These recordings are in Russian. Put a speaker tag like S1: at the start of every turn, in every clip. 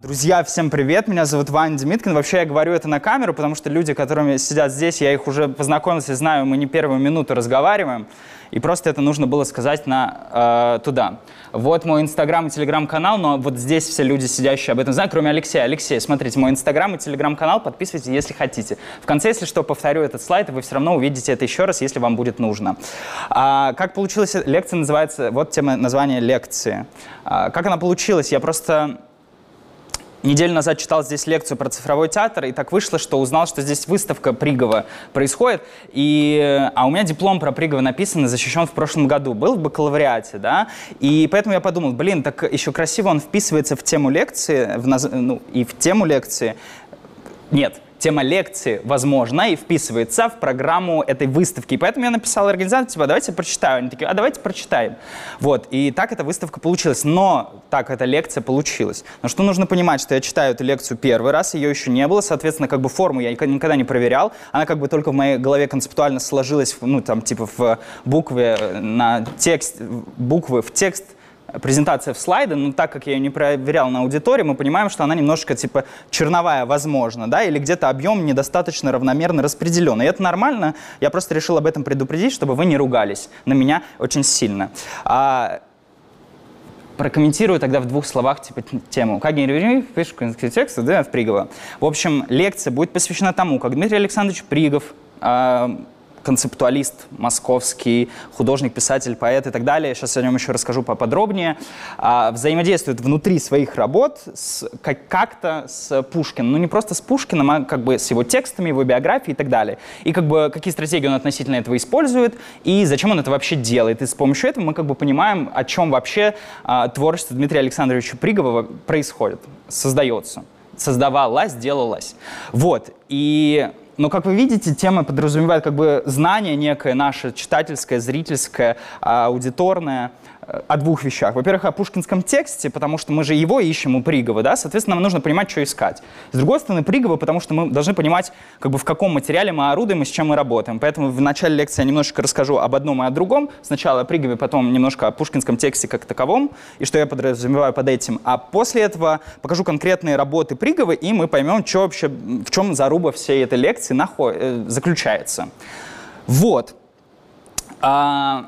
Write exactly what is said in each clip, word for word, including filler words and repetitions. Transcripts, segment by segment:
S1: Друзья, всем привет, меня зовут Ваня Демиткин. Вообще я говорю это на камеру, потому что люди, которыми сидят здесь, я их уже познакомился, знаю, мы не первую минуту разговариваем. И просто это нужно было сказать на, э, туда. Вот мой инстаграм и телеграм-канал, но вот здесь все люди, сидящие, об этом знают, кроме Алексея. Алексей, смотрите, мой инстаграм и телеграм-канал, подписывайтесь, если хотите. В конце, если что, повторю этот слайд, и вы все равно увидите это еще раз, если вам будет нужно. А, как получилась лекция, называется, вот тема названия лекции. А, как она получилась? Я просто... Неделю назад читал здесь лекцию про цифровой театр, и так вышло, что узнал, что здесь выставка Пригова происходит. И, а у меня диплом про Пригова написан и защищен в прошлом году. Был в бакалавриате, да? И поэтому я подумал, блин, так еще красиво он вписывается в тему лекции, в наз... ну, и в тему лекции. Нет. Тема лекции, возможно, и вписывается в программу этой выставки. И поэтому я написал организатору, типа, давайте прочитаю. Они такие, а давайте прочитаем. Вот, и так эта выставка получилась. Но так эта лекция получилась. Но что нужно понимать, что я читаю эту лекцию первый раз, ее еще не было, соответственно, как бы форму я никогда не проверял. Она как бы только в моей голове концептуально сложилась, ну, там, типа, в букве на текст, буквы в текст, презентация в слайды, но так как я ее не проверял на аудитории, мы понимаем, что она немножко типа черновая, возможно, да, или где-то объем недостаточно равномерно распределен. И это нормально, я просто решил об этом предупредить, чтобы вы не ругались на меня очень сильно. А, прокомментирую тогда в двух словах типа тему. Как генерировать текст, да, в Пригова. В общем, лекция будет посвящена тому, как Дмитрий Александрович Пригов, а, концептуалист московский, художник, писатель, поэт и так далее, сейчас о нем еще расскажу поподробнее, а, взаимодействует внутри своих работ с, как, как-то с Пушкиным. Ну, не просто с Пушкиным, а как бы с его текстами, его биографией и так далее. И как бы какие стратегии он относительно этого использует, и зачем он это вообще делает. И с помощью этого мы как бы понимаем, о чем вообще а, творчество Дмитрия Александровича Пригова происходит, создается. Создавалось, делалось. Вот. И... Но, как вы видите, тема подразумевает как бы знание некое наше, читательское, зрительское, аудиторное, о двух вещах. Во-первых, о пушкинском тексте, потому что мы же его ищем у Пригова, да, соответственно, нам нужно понимать, что искать. С другой стороны, Пригова, потому что мы должны понимать, как бы в каком материале мы орудуем и с чем мы работаем. Поэтому в начале лекции я немножечко расскажу об одном и о другом. Сначала о Пригове, потом немножко о пушкинском тексте как таковом, и что я подразумеваю под этим. А после этого покажу конкретные работы Пригова, и мы поймем, что вообще, в чем заруба всей этой лекции нахо... заключается. Вот. А...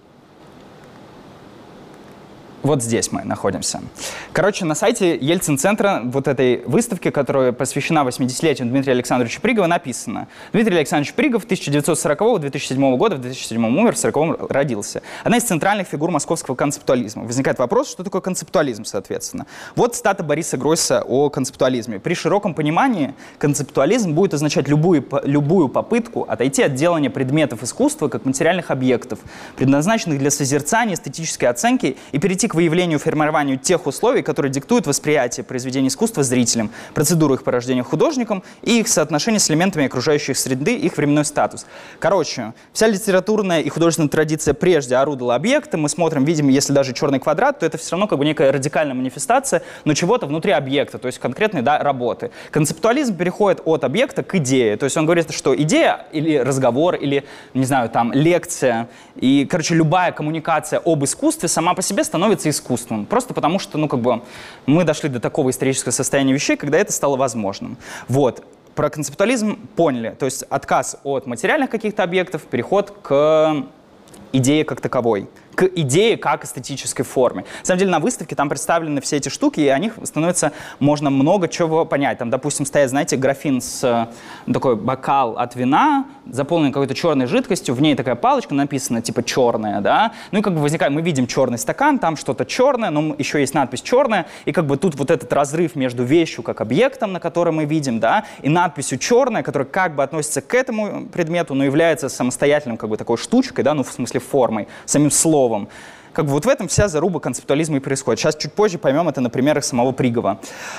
S1: Вот здесь мы находимся. Короче, на сайте Ельцин-центра вот этой выставки, которая посвящена восьмидесятилетию Дмитрия Александровича Пригова, написано: Дмитрий Александрович Пригов тысяча девятьсот сорокового — две тысячи седьмого года, в две тысячи седьмом умер, в сороковом родился. Одна из центральных фигур московского концептуализма. Возникает вопрос, что такое концептуализм, соответственно. Вот цитата Бориса Гройса о концептуализме. При широком понимании концептуализм будет означать любую, любую попытку отойти от делания предметов искусства как материальных объектов, предназначенных для созерцания, эстетической оценки, и перейти к выявлению и формированию тех условий, которые диктуют восприятие произведений искусства зрителям, процедуру их порождения художникам и их соотношение с элементами окружающей среды, их временной статус. Короче, вся литературная и художественная традиция прежде орудовала объектом. Мы смотрим, видим, если даже черный квадрат, то это все равно как бы некая радикальная манифестация, но чего-то внутри объекта, то есть конкретной, да, работы. Концептуализм переходит от объекта к идее. То есть он говорит, что идея или разговор, или, не знаю, там, лекция, и, короче, любая коммуникация об искусстве сама по себе становится искусством. Просто потому что, ну, как бы, мы дошли до такого исторического состояния вещей, когда это стало возможным. Вот. Про концептуализм поняли. То есть отказ от материальных каких-то объектов, переход к идее как таковой, к идее как эстетической форме. На самом деле на выставке там представлены все эти штуки, и о них становится, можно много чего понять. Там, допустим, стоит, знаете, графин с ну, такой бокал от вина, заполненный какой-то черной жидкостью, в ней такая палочка написана, типа черная, да. Ну и как бы возникает, мы видим черный стакан, там что-то черное, но еще есть надпись черная, и как бы тут вот этот разрыв между вещью как объектом, на котором мы видим, да, и надписью черная, которая как бы относится к этому предмету, но является самостоятельным как бы такой штучкой, да, ну в смысле формой, самим словом. Как бы вот в этом вся заруба концептуализма и происходит. Сейчас чуть позже поймем это на примерах самого Пригова.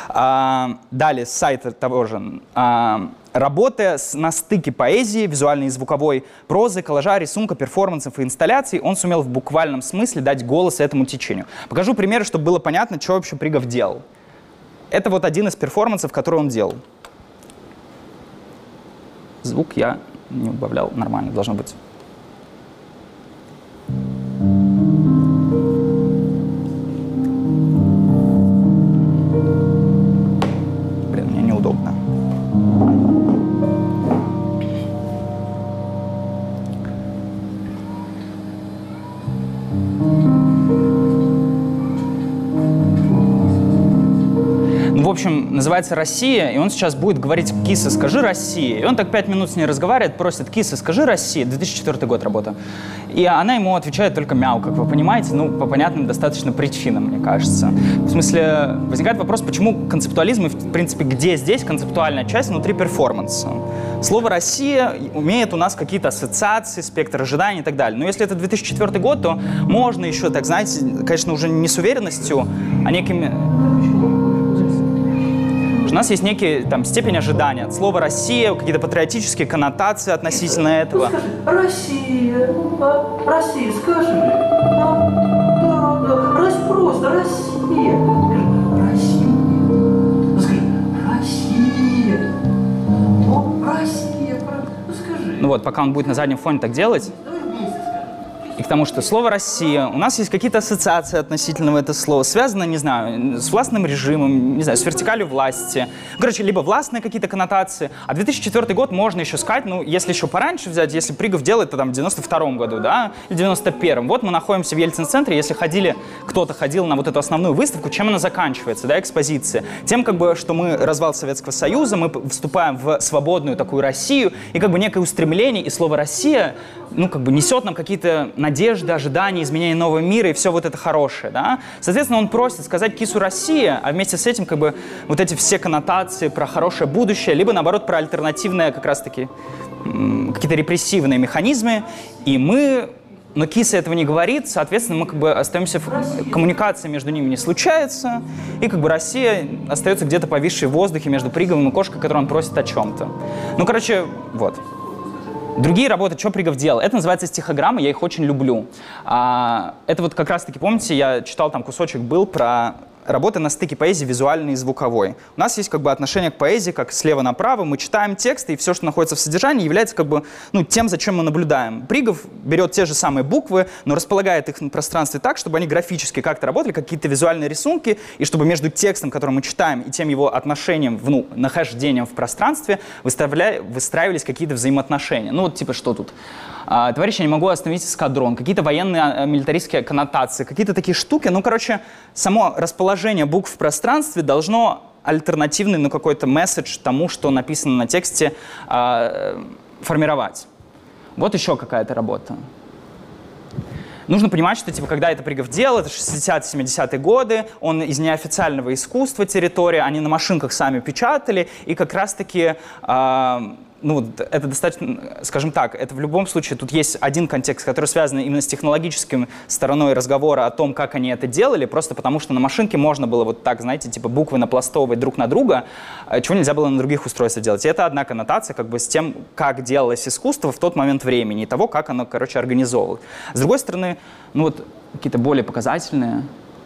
S1: А, далее, с сайта того же. А, работая с, на стыке поэзии, визуальной и звуковой, прозы, коллажа, рисунка, перформансов и инсталляций, он сумел в буквальном смысле дать голос этому течению. Покажу примеры, чтобы было понятно, что вообще Пригов делал. Это вот один из перформансов, который он делал. Звук я не убавлял, нормально должно быть. ну, в общем, называется «Россия», и он сейчас будет говорить «Киса, скажи Россия». И он так пять минут с ней разговаривает, просит «Киса, скажи Россия». две тысячи четвёртый год работа. И она ему отвечает только «мяу», как вы понимаете, ну, по понятным достаточно причинам, мне кажется. В смысле, возникает вопрос, почему концептуализм и, в принципе, где здесь концептуальная часть внутри перформанса? Слово «Россия» имеет у нас какие-то ассоциации, спектр ожиданий и так далее. Но если это две тысячи четвёртый год, то можно еще, так знаете, конечно, уже не с уверенностью, а некими... У нас есть некие там степень ожидания от слова «Россия», какие-то патриотические коннотации относительно этого.
S2: Ну, скажи, Россия, а? Россия, скажи. А? Да, да, Рось, просто Россия. Россия. Ну, скажи, Россия. Ну, Россия, ну, скажи.
S1: Ну вот, пока он будет на заднем фоне так делать. И к тому, что слово «Россия», у нас есть какие-то ассоциации относительно этого слова, связано, не знаю, с властным режимом, не знаю, с вертикалью власти. Короче, либо властные какие-то коннотации. А две тысячи четвёртый год можно еще сказать, ну, если еще пораньше взять, если Пригов делает, то там в девяносто втором году, да, или девяносто первом. Вот мы находимся в Ельцин-центре, если ходили, кто-то ходил на вот эту основную выставку, чем она заканчивается, да, экспозиция? Тем, как бы, что мы развал Советского Союза, мы вступаем в свободную такую Россию, и как бы некое устремление, и слово «Россия», ну, как бы несет нам какие-то надежды, ожидания, изменения нового мира и все вот это хорошее, да. Соответственно, он просит сказать «Кису Россия», а вместе с этим как бы вот эти все коннотации про хорошее будущее, либо наоборот про альтернативные как раз-таки какие-то репрессивные механизмы, и мы... Но Киса этого не говорит, соответственно, мы как бы остаемся в коммуникации между ними не случается, и как бы Россия остается где-то повисшей в воздухе между Приговым и Кошкой, которую он просит о чем-то. Ну, короче, вот. Другие работы, что Пригов делал? Это называется стихограммы, я их очень люблю. А, это вот как раз-таки, помните, я читал, там кусочек был про работы на стыке поэзии визуальной и звуковой. У нас есть как бы отношение к поэзии, как слева направо, мы читаем тексты, и все, что находится в содержании, является как бы, ну, тем, зачем мы наблюдаем. Пригов берет те же самые буквы, но располагает их на пространстве так, чтобы они графически как-то работали, какие-то визуальные рисунки, и чтобы между текстом, который мы читаем, и тем его отношением, ну, нахождением в пространстве выстраивались какие-то взаимоотношения. Ну, вот типа что тут? А, товарищи, я не могу остановить эскадрон, какие-то военные а, милитаристские коннотации, какие-то такие штуки. Ну, короче, само расположение букв в пространстве должно альтернативный, ну, какой-то месседж тому, что написано на тексте, а, формировать. Вот еще какая-то работа. Нужно понимать, что типа, когда это Пригов делал, это шестидесятые-семидесятые годы, он из неофициального искусства территория, они на машинках сами печатали, и как раз-таки... А, ну, это достаточно, скажем так, это в любом случае, тут есть один контекст, который связан именно с технологической стороной разговора о том, как они это делали, просто потому что на машинке можно было вот так, знаете, типа буквы напластовывать друг на друга, чего нельзя было на других устройствах делать. И это одна коннотация как бы с тем, как делалось искусство в тот момент времени, и того, как оно, короче, организовывалось. С другой стороны, ну вот какие-то более показательные...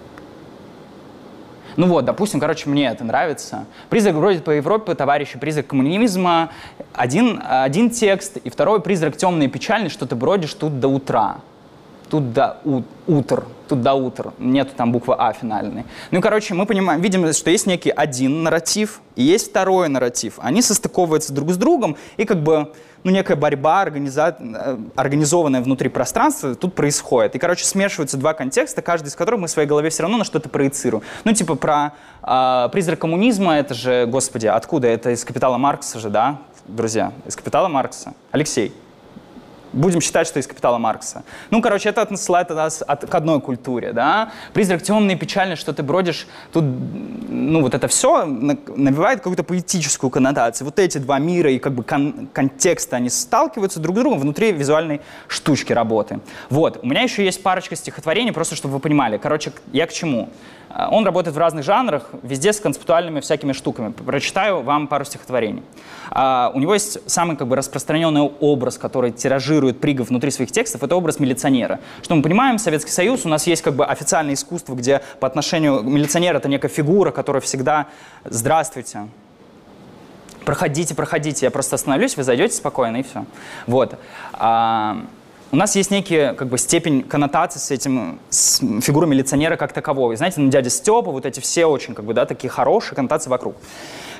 S1: Ну вот, допустим, короче, мне это нравится. «Призрак бродит по Европе, товарищи, призрак коммунизма». Один, один текст, и второй «Призрак темный и печальный, что ты бродишь тут до утра». Тут до у, утр, тут до утр. Нету там буквы «а» финальной. Ну и, короче, мы понимаем, видим, что есть некий один нарратив, и есть второй нарратив. Они состыковываются друг с другом, и как бы... ну, некая борьба, организа... организованная внутри пространства тут происходит. И, короче, смешиваются два контекста, каждый из которых мы в своей голове все равно на что-то проецируем. Ну, типа про э, призрак коммунизма, это же, господи, откуда? Это из «Капитала» Маркса же, да, друзья? Из «Капитала» Маркса. Алексей. Будем считать, что из «Капитала» Маркса. Ну, короче, это отсылает нас от, к одной культуре, да. Призрак темный и печальный, что ты бродишь, тут, ну, вот это все навевает какую-то поэтическую коннотацию. Вот эти два мира и как бы кон контексты, они сталкиваются друг с другом внутри визуальной штучки работы. Вот, у меня еще есть парочка стихотворений, просто чтобы вы понимали. Короче, я к чему? Он работает в разных жанрах, везде с концептуальными всякими штуками. Прочитаю вам пару стихотворений. Uh, у него есть самый как бы, распространенный образ, который тиражирует Пригов внутри своих текстов, это образ милиционера. Что мы понимаем, Советский Союз, у нас есть как бы официальное искусство, где по отношению милиционера это некая фигура, которая всегда «здравствуйте». Проходите, проходите, я просто остановлюсь, вы зайдете спокойно и все. Вот. Uh, У нас есть некий как бы, степень коннотации с этим, с фигурой милиционера как такового. И знаете, ну, дядя Степа, вот эти все очень как бы, да, такие хорошие коннотации вокруг.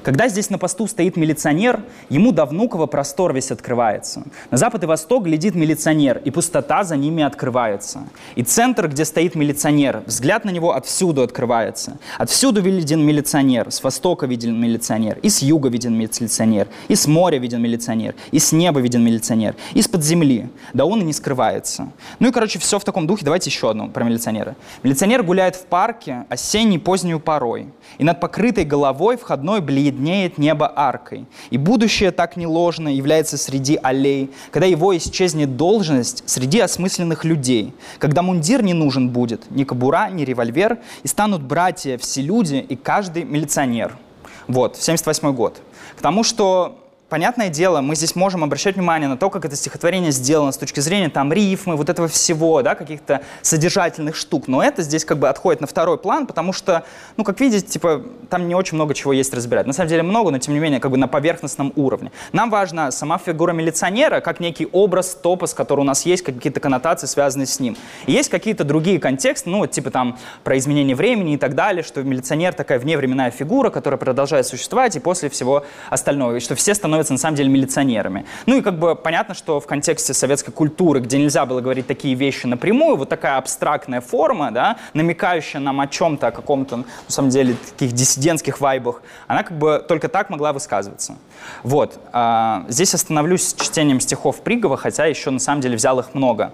S1: Когда здесь на посту стоит милиционер, ему до Внуково простор весь открывается. На запад и восток глядит милиционер, и пустота за ними открывается. И центр, где стоит милиционер, взгляд на него отвсюду открывается. Отвсюду виден милиционер, с востока виден милиционер, и с юга виден милиционер, и с моря виден милиционер, и с неба виден милиционер, из-под земли. Да он и не скрывается. Ну и, короче, все в таком духе. Давайте еще одно про милиционера. Милиционер гуляет в парке осенней позднюю порой, и над покрытой головой входной бледнеет небо аркой. И будущее так неложно является среди аллей, когда его исчезнет должность среди осмысленных людей, когда мундир не нужен будет, ни кобура, ни револьвер, и станут братья все люди и каждый милиционер. Вот, семьдесят восьмой год. К тому, что... Понятное дело, мы здесь можем обращать внимание на то, как это стихотворение сделано с точки зрения там рифмы, вот этого всего, да, каких-то содержательных штук. Но это здесь как бы отходит на второй план, потому что, ну, как видите, типа, там не очень много чего есть разбирать. На самом деле много, но тем не менее, как бы на поверхностном уровне. Нам важна сама фигура милиционера, как некий образ, топос, который у нас есть, какие-то коннотации, связанные с ним. И есть какие-то другие контексты, ну, вот, типа там про изменение времени и так далее, что милиционер такая вневременная фигура, которая продолжает существовать и после всего остального, и что все становятся на самом деле милиционерами. Ну и как бы понятно, что в контексте советской культуры, где нельзя было говорить такие вещи напрямую, вот такая абстрактная форма, да, намекающая нам о чем-то, о каком-то, на самом деле, таких диссидентских вайбах, она как бы только так могла высказываться. Вот. А, здесь остановлюсь с чтением стихов Пригова, хотя еще на самом деле взял их много.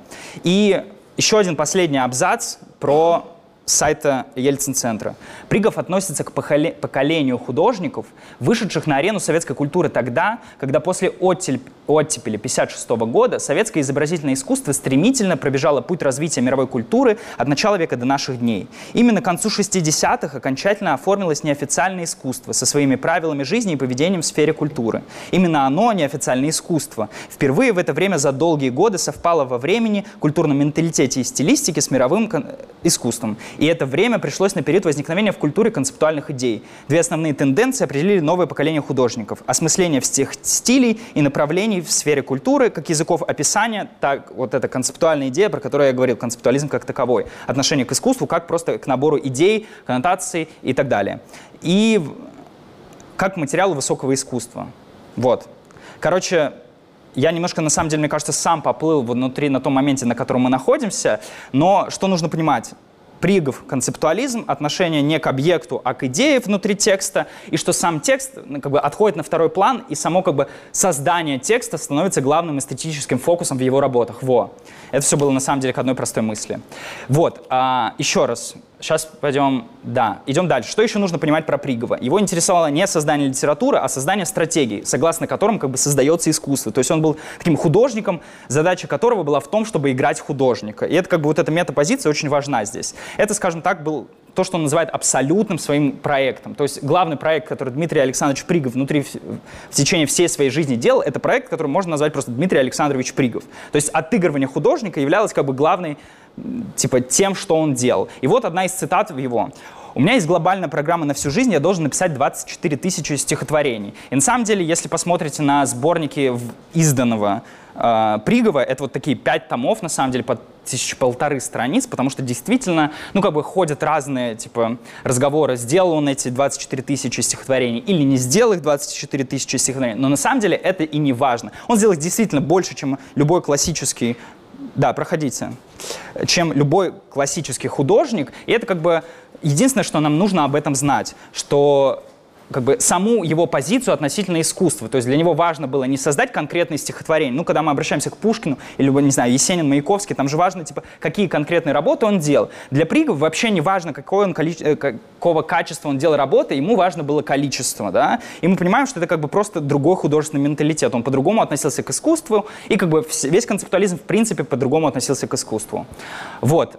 S1: И еще один последний абзац про сайта Ельцин-центра. Пригов относится к поколению художников, вышедших на арену советской культуры тогда, когда после оттепели тысяча девятьсот пятьдесят шестого года советское изобразительное искусство стремительно пробежало путь развития мировой культуры от начала века до наших дней. Именно к концу шестидесятых окончательно оформилось неофициальное искусство со своими правилами жизни и поведением в сфере культуры. Именно оно, неофициальное искусство, впервые в это время за долгие годы совпало во времени, культурном менталитете и стилистике с мировым искусством. И это время пришлось на период возникновения в культуре концептуальных идей. Две основные тенденции определили новое поколение художников. Осмысление всех стилей и направлений в сфере культуры, как языков описания, так вот эта концептуальная идея, про которую я говорил, концептуализм как таковой. Отношение к искусству как просто к набору идей, коннотаций и так далее. И как к материалу высокого искусства. Вот. Короче, я немножко, на самом деле, мне кажется, сам поплыл внутри на том моменте, на котором мы находимся, но что нужно понимать? Пригов, концептуализм, отношение не к объекту, а к идее внутри текста, и что сам текст как бы отходит на второй план, и само как бы создание текста становится главным эстетическим фокусом в его работах. Во. Это все было на самом деле к одной простой мысли. Вот, а, еще раз. Сейчас пойдем, да, идем дальше. Что еще нужно понимать про Пригова? Его интересовало не создание литературы, а создание стратегий, согласно которым как бы создается искусство. То есть он был таким художником, задача которого была в том, чтобы играть художника. И это как бы вот эта метапозиция очень важна здесь. Это, скажем так, был то, что он называет абсолютным своим проектом. То есть главный проект, который Дмитрий Александрович Пригов внутри, в течение всей своей жизни делал, это проект, который можно назвать просто Дмитрий Александрович Пригов. То есть отыгрывание художника являлось как бы главной, типа, тем, что он делал. И вот одна из цитат в его. «У меня есть глобальная программа на всю жизнь, я должен написать двадцать четыре тысячи стихотворений». И на самом деле, если посмотрите на сборники изданного э, Пригова, это вот такие пять томов, на самом деле, по тысячи полторы страниц, потому что действительно, ну, как бы ходят разные, типа, разговоры, сделал он эти двадцать четыре тысячи стихотворений или не сделал их двадцать четыре тысячи стихотворений, но на самом деле это и не важно. Он сделал их действительно больше, чем любой классический, да, проходите, чем любой классический художник, и это как бы единственное, что нам нужно об этом знать, что как бы саму его позицию относительно искусства. То есть для него важно было не создать конкретные стихотворения. Ну, когда мы обращаемся к Пушкину или, не знаю, Есенин, Маяковский, там же важно, типа, какие конкретные работы он делал. Для Пригова вообще не важно, какое он количе... какого качества он делал работы, ему важно было количество, да. И мы понимаем, что это как бы просто другой художественный менталитет. Он по-другому относился к искусству, и как бы весь концептуализм, в принципе, по-другому относился к искусству. Вот.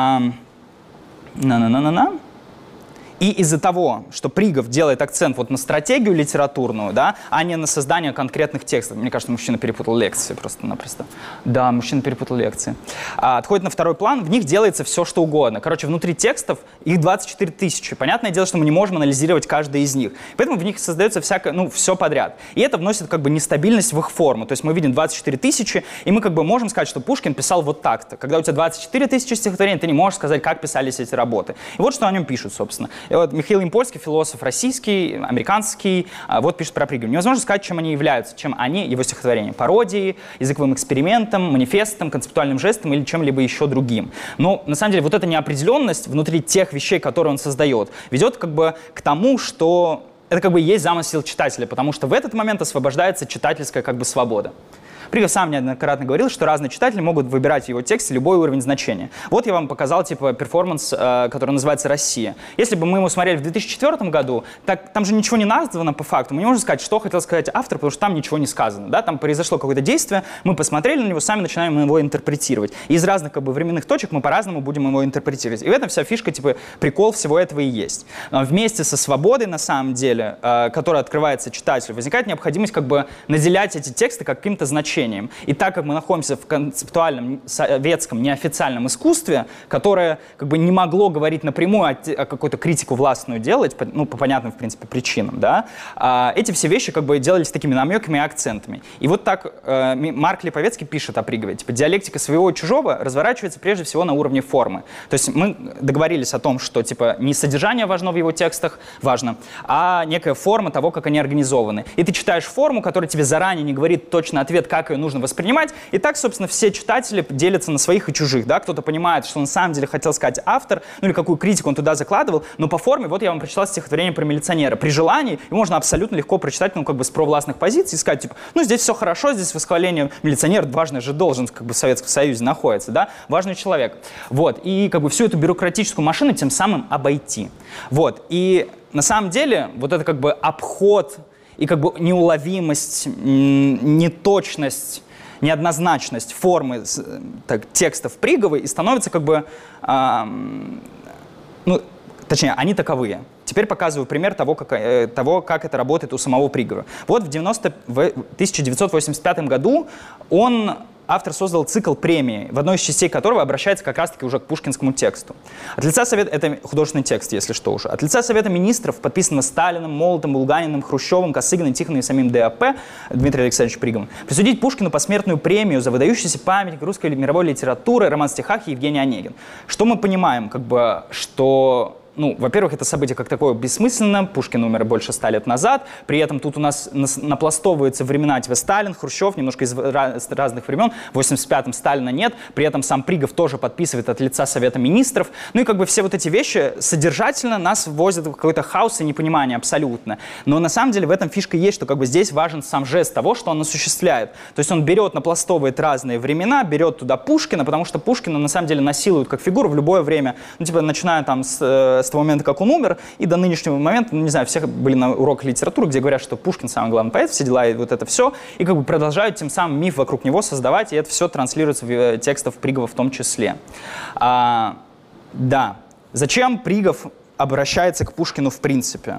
S1: На-на-на-на-на. И из-за того, что Пригов делает акцент вот на стратегию литературную, да, а не на создание конкретных текстов. Мне кажется, мужчина перепутал лекции просто-напросто. Да, мужчина перепутал лекции. А, отходит на второй план, в них делается все, что угодно. Короче, внутри текстов их двадцать четыре тысячи. Понятное дело, что мы не можем анализировать каждый из них. Поэтому в них создается всякое, ну, все подряд. И это вносит как бы нестабильность в их форму. То есть мы видим двадцать четыре тысячи, и мы как бы можем сказать, что Пушкин писал вот так-то. Когда у тебя двадцать четыре тысячи стихотворений, ты не можешь сказать, как писались эти работы. И вот что о нем пишут, собственно. И вот Михаил Импольский, философ российский, американский, вот пишет про Пригову. Невозможно сказать, чем они являются, чем они, его стихотворения, пародией, языковым экспериментом, манифестом, концептуальным жестом или чем-либо еще другим. Но на самом деле вот эта неопределенность внутри тех вещей, которые он создает, ведет как бы к тому, что это как бы и есть замысел читателя, потому что в этот момент освобождается читательская как бы свобода. Пригов сам неоднократно говорил, что разные читатели могут выбирать в его тексте любой уровень значения. Вот я вам показал типа перформанс, э, который называется «Россия». Если бы мы его смотрели в две тысячи четвёртом году, так, там же ничего не названо по факту. Мы не можем сказать, что хотел сказать автор, потому что там ничего не сказано. Да? Там произошло какое-то действие, мы посмотрели на него, сами начинаем его интерпретировать. И из разных как бы, временных точек мы по-разному будем его интерпретировать. И в этом вся фишка, типа прикол всего этого и есть. Но вместе со свободой, на самом деле, э, которая открывается читателю, возникает необходимость как бы наделять эти тексты каким-то значением. И так как мы находимся в концептуальном советском неофициальном искусстве, которое как бы не могло говорить напрямую, а, а какую-то критику властную делать, по, ну, по понятным, в принципе, причинам, да, а, эти все вещи как бы делались такими намеками и акцентами. И вот так э, Марк Липовецкий пишет о Пригове. Типа, диалектика своего и чужого разворачивается прежде всего на уровне формы. То есть мы договорились о том, что типа не содержание важно в его текстах, важно, а некая форма того, как они организованы. И ты читаешь форму, которая тебе заранее не говорит точно ответ, как ее нужно воспринимать. И так, собственно, все читатели делятся на своих и чужих. Да? Кто-то понимает, что на самом деле хотел сказать автор, ну или какую критику он туда закладывал, но по форме, вот я вам прочитал стихотворение про милиционера. При желании его можно абсолютно легко прочитать, ну, как бы с провластных позиций и сказать, типа, ну, здесь все хорошо, здесь восхваление милиционера, важный же должен, как бы в Советском Союзе находится, да, важный человек. Вот, и как бы всю эту бюрократическую машину тем самым обойти. Вот, и на самом деле вот это как бы обход и как бы неуловимость, неточность, неоднозначность формы так, текстов Приговой и становится как бы, э, ну, точнее, они таковые. Теперь показываю пример того как, э, того, как это работает у самого Пригова. Вот в, девяносто, в тысяча девятьсот восемьдесят пятом году он, автор создал цикл премии, в одной из частей которого обращается как раз-таки уже к пушкинскому тексту. От лица Совета, это художественный текст, если что уже, от лица Совета Министров, подписанного Сталиным, Молотом, Булганиным, Хрущевым, Косыгиным, Тихоновым и самим ДАП, Дмитрием Александровичем Приговым, присудить Пушкину посмертную премию за выдающийся памятник русской или мировой литературы, роман в стихах Евгений Онегин. Что мы понимаем, как бы, что... Ну, во-первых, это событие как такое бессмысленно, Пушкин умер больше ста лет назад, при этом тут у нас напластовываются времена, типа Сталин, Хрущев, немножко из разных времен, в восемьдесят пятом Сталина нет, при этом сам Пригов тоже подписывает от лица Совета Министров, ну и как бы все вот эти вещи содержательно нас ввозят в какой-то хаос и непонимание абсолютно. Но на самом деле в этом фишка есть, что как бы здесь важен сам жест того, что он осуществляет. То есть он берет, напластовывает разные времена, берет туда Пушкина, потому что Пушкина на самом деле насилуют как фигуру в любое время, ну типа начиная там с с того момента, как он умер, и до нынешнего момента, ну, не знаю, все были на уроках литературы, где говорят, что Пушкин самый главный поэт, все дела и вот это все, и как бы продолжают тем самым миф вокруг него создавать, и это все транслируется в текстах Пригова в том числе. А, да. Зачем Пригов обращается к Пушкину в принципе?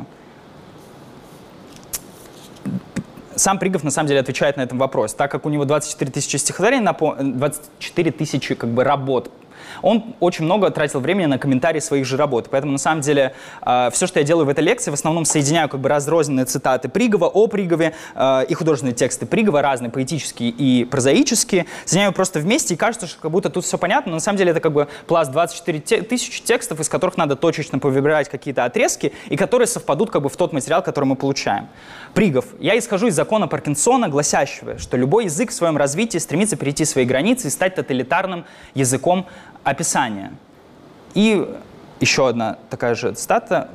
S1: Сам Пригов, на самом деле, отвечает на этот вопрос, так как у него двадцать четыре тысячи стихотворений, двадцать четыре тысячи как бы работ, он очень много тратил времени на комментарии своих же работ. Поэтому, на самом деле, э, все, что я делаю в этой лекции, в основном соединяю как бы разрозненные цитаты Пригова о Пригове э, и художественные тексты Пригова, разные, поэтические и прозаические. Соединяю просто вместе, и кажется, что как будто тут все понятно, но на самом деле это как бы пласт двадцать четыре тысячи текстов, из которых надо точечно повыбирать какие-то отрезки, и которые совпадут как бы в тот материал, который мы получаем. Пригов. Я исхожу из закона Паркинсона, гласящего, что любой язык в своем развитии стремится перейти свои границы и стать тоталитарным языком описания. И еще одна такая же цитата.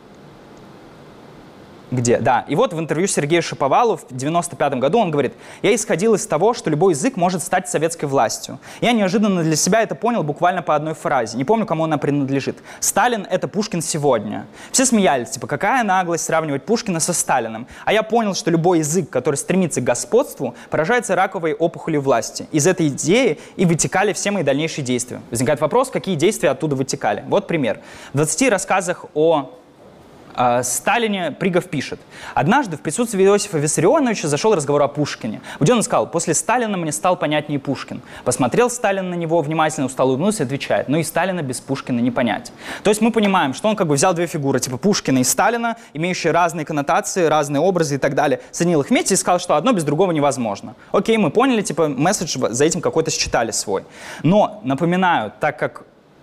S1: Где? Да. И вот в интервью Сергею Шаповалу в девяносто пятом году он говорит: «Я исходил из того, что любой язык может стать советской властью. Я неожиданно для себя это понял буквально по одной фразе. Не помню, кому она принадлежит. Сталин — это Пушкин сегодня». Все смеялись, типа, какая наглость сравнивать Пушкина со Сталиным. А я понял, что любой язык, который стремится к господству, поражается раковой опухолью власти. Из этой идеи и вытекали все мои дальнейшие действия. Возникает вопрос, какие действия оттуда вытекали. Вот пример. В двадцати рассказах о Сталине Пригов пишет: «Однажды в присутствии Иосифа Виссарионовича зашел разговор о Пушкине. Где он сказал: после Сталина мне стал понятнее Пушкин. Посмотрел Сталин на него внимательно, устал, улыбнулся и отвечает: ну и Сталина без Пушкина не понять». То есть мы понимаем, что он как бы взял две фигуры, типа Пушкина и Сталина, имеющие разные коннотации, разные образы и так далее, соединил их вместе и сказал, что одно без другого невозможно. Окей, мы поняли, типа месседж за этим какой-то считали свой. Но, напоминаю, так как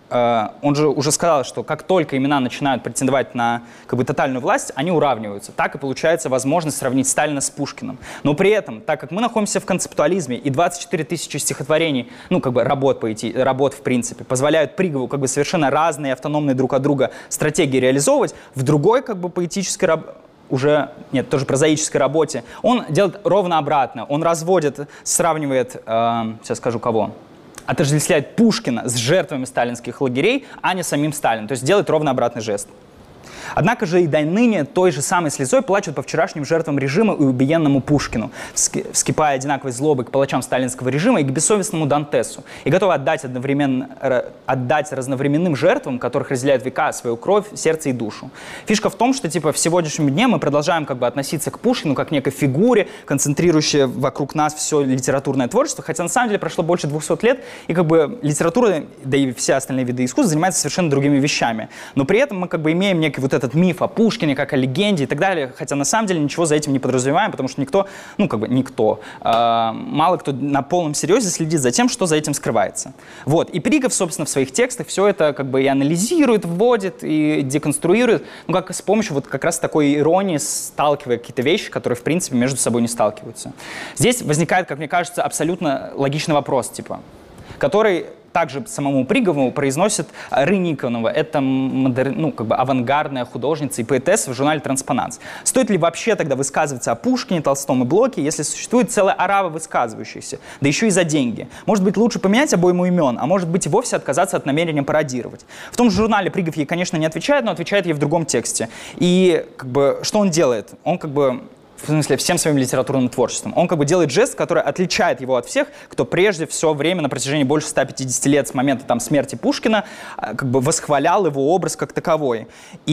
S1: он же уже сказал, что как только имена начинают претендовать на как бы тотальную власть, они уравниваются. Так и получается возможность сравнить Сталина с Пушкиным. Но при этом, так как мы находимся в концептуализме, и двадцать четыре тысячи стихотворений, ну как бы работ, поэти, работ в принципе, позволяют Пригову как бы совершенно разные, автономные друг от друга стратегии реализовывать, в другой как бы поэтической работе, уже, нет, тоже прозаической работе, он делает ровно обратно. Он разводит, сравнивает, э, сейчас скажу кого, отождествляет Пушкина с жертвами сталинских лагерей, а не самим Сталином. То есть делает ровно обратный жест. Однако же и до ныне той же самой слезой плачут по вчерашним жертвам режима и убиенному Пушкину, вскипая одинаковой злобой к палачам сталинского режима и к бессовестному Дантесу, и готовы отдать, одновременно, отдать разновременным жертвам, которых разделяют века, свою кровь, сердце и душу. Фишка в том, что типа в сегодняшнем дне мы продолжаем как бы относиться к Пушкину как к некой фигуре, концентрирующей вокруг нас все литературное творчество, хотя на самом деле прошло больше двухсот лет, и как бы литература, да и все остальные виды искусства занимаются совершенно другими вещами. Но при этом мы как бы имеем некий вот этот миф о Пушкине, как о легенде и так далее, хотя на самом деле ничего за этим не подразумеваем, потому что никто, ну как бы никто, э, мало кто на полном серьезе следит за тем, что за этим скрывается. Вот, и Пригов, собственно, в своих текстах все это как бы и анализирует, вводит, и деконструирует, ну как с помощью вот как раз такой иронии, сталкивая какие-то вещи, которые, в принципе, между собой не сталкиваются. Здесь возникает, как мне кажется, абсолютно логичный вопрос, типа, который также самому Пригову произносит Рыниконова. Это модер... ну, как бы авангардная художница и поэтесса в журнале «Транспонанс». Стоит ли вообще тогда высказываться о Пушкине, Толстом и Блоке, если существует целая орава высказывающихся, да еще и за деньги? Может быть, лучше поменять обойму имен, а может быть и вовсе отказаться от намерения пародировать. В том же журнале Пригов ей, конечно, не отвечает, но отвечает ей в другом тексте. И как бы, что он делает? Он как бы... в смысле, всем своим литературным творчеством. Он как бы делает жест, который отличает его от всех, кто прежде все время на протяжении больше ста пятидесяти лет с момента там, смерти Пушкина как бы восхвалял его образ как таковой.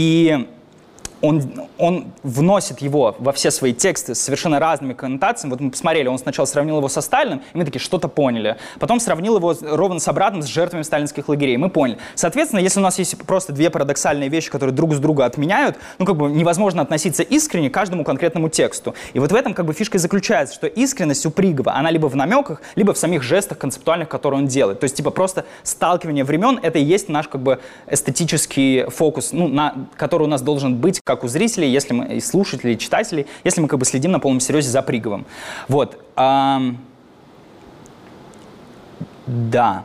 S1: И Он, он вносит его во все свои тексты с совершенно разными коннотациями. Вот мы посмотрели, он сначала сравнил его со Сталиным, и мы такие, что-то поняли. Потом сравнил его ровно с обратным, с жертвами сталинских лагерей. Мы поняли. Соответственно, если у нас есть просто две парадоксальные вещи, которые друг с друга отменяют, ну, как бы невозможно относиться искренне к каждому конкретному тексту. И вот в этом как бы фишка и заключается, что искренность у Пригова, она либо в намеках, либо в самих жестах концептуальных, которые он делает. То есть, типа, просто сталкивание времен — это и есть наш как бы эстетический фокус, ну, на, который у нас должен быть, как у зрителей, если мы, и слушателей, и читателей, если мы как бы следим на полном серьезе за Приговым. Вот. Эм... Да.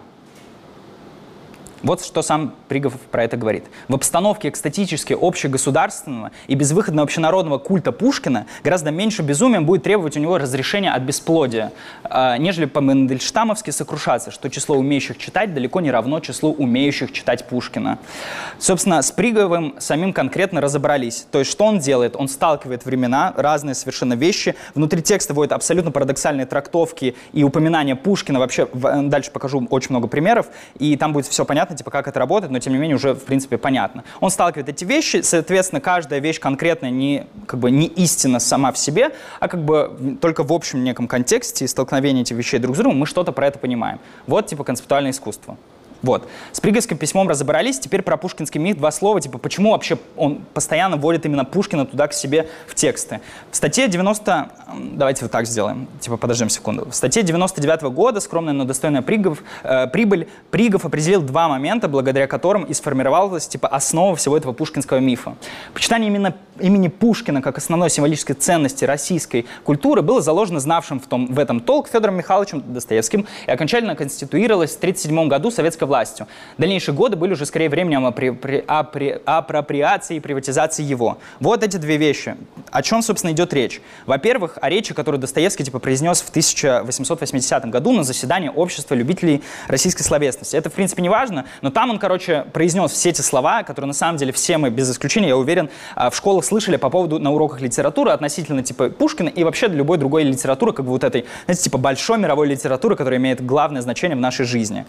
S1: Вот что сам Пригов про это говорит. В обстановке экстатически общегосударственного и безвыходно общенародного культа Пушкина гораздо меньше безумием будет требовать у него разрешения от бесплодия, э, нежели по-мендельштамовски сокрушаться, что число умеющих читать далеко не равно числу умеющих читать Пушкина. Собственно, с Приговым самим конкретно разобрались. То есть, что он делает? Он сталкивает времена, разные совершенно вещи. Внутри текста вводит абсолютно парадоксальные трактовки и упоминания Пушкина. Вообще, дальше покажу очень много примеров, и там будет все понятно, типа, как это работает, но тем не менее уже, в принципе, понятно. Он сталкивает эти вещи, соответственно, каждая вещь конкретно не, как бы, не истина сама в себе, а как бы только в общем неком контексте столкновения этих вещей друг с другом мы что-то про это понимаем. Вот, типа, концептуальное искусство. Вот. С Приговским письмом разобрались, теперь про пушкинский миф два слова, типа, почему вообще он постоянно вводит именно Пушкина туда к себе в тексты. В статье девяносто... Давайте вот так сделаем, типа, подождем секунду. В статье девяносто девятого года «Скромная, но достойная Пригов, э, прибыль» Пригов определил два момента, благодаря которым и сформировалась, типа, основа всего этого пушкинского мифа. Почитание именно имени Пушкина как основной символической ценности российской культуры было заложено знавшим в, том, в этом толк Федором Михайловичем Достоевским и окончательно конституировалось в тысяча девятьсот тридцать седьмом году советской властью. Дальнейшие годы были уже скорее временем апри, при, апри, апроприации и приватизации его. Вот эти две вещи. О чем, собственно, идет речь? Во-первых, о речи, которую Достоевский типа произнес в тысяча восемьсот восьмидесятом году на заседании Общества любителей российской словесности. Это, в принципе, не важно, но там он, короче, произнес все эти слова, которые, на самом деле, все мы, без исключения, я уверен, в школах слышали по поводу на уроках литературы относительно, типа, Пушкина и вообще любой другой литературы, как бы вот этой, знаете, типа, большой мировой литературы, которая имеет главное значение в нашей жизни.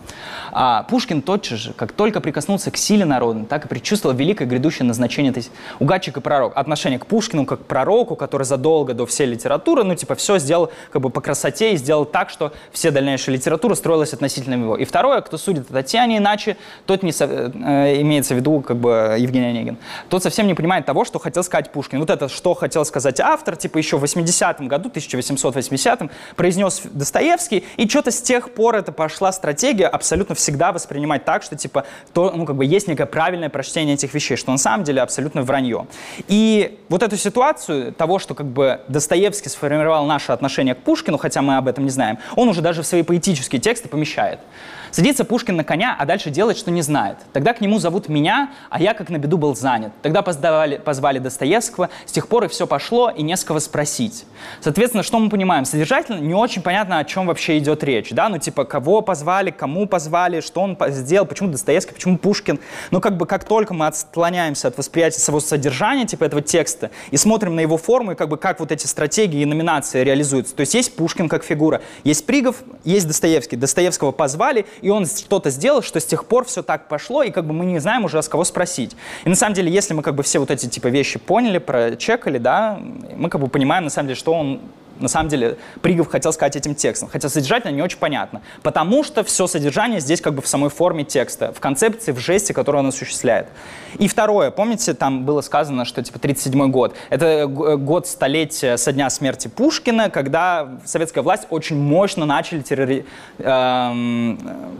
S1: А Пушкин тотчас же, как только прикоснулся к силе народной, так и предчувствовал великое грядущее назначение. То есть угадчик и пророк. Отношение к Пушкину как к пророку, который задолго до всей литературы, ну, типа, все сделал как бы по красоте и сделал так, что все дальнейшая литература строилась относительно его. И второе, кто судит о Татьяне иначе, тот не со, э, имеется в виду, как бы, Евгений Онегин, тот совсем не понимает того, что хотел сказать сказать Пушкин. Вот это, что хотел сказать автор, типа еще в восьмидесятом году, тысяча восемьсот восьмидесятом, произнес Достоевский, и что-то с тех пор это пошла стратегия абсолютно всегда воспринимать так, что типа, то, ну, как бы есть некое правильное прочтение этих вещей, что на самом деле абсолютно вранье. И вот эту ситуацию того, что как бы Достоевский сформировал наше отношение к Пушкину, хотя мы об этом не знаем, он уже даже в свои поэтические тексты помещает. Садится Пушкин на коня, а дальше делает, что не знает. Тогда к нему зовут меня, а я как на беду был занят. Тогда позвали, позвали Достоевского, с тех пор и все пошло, и не с кого спросить. Соответственно, что мы понимаем? Содержательно не очень понятно, о чем вообще идет речь. Да? Ну типа, кого позвали, кому позвали, что он сделал, почему Достоевский, почему Пушкин. Но как бы как только мы отклоняемся от восприятия самого содержания типа этого текста и смотрим на его форму, и как бы как вот эти стратегии и номинации реализуются. То есть есть Пушкин как фигура, есть Пригов, есть Достоевский. Достоевского позвали, и он что-то сделал, что с тех пор все так пошло, и как бы мы не знаем уже, с кого спросить. И на самом деле, если мы как бы все вот эти типа вещи поняли, прочекали, да, мы как бы понимаем на самом деле, что он на самом деле Пригов хотел сказать этим текстом. Хотя содержательно не очень понятно. Потому что все содержание здесь как бы в самой форме текста, в концепции, в жесте, которую он осуществляет. И второе, помните, там было сказано, что типа тридцать седьмой год. Это год столетия со дня смерти Пушкина, когда советская власть очень мощно начали террори... Эм...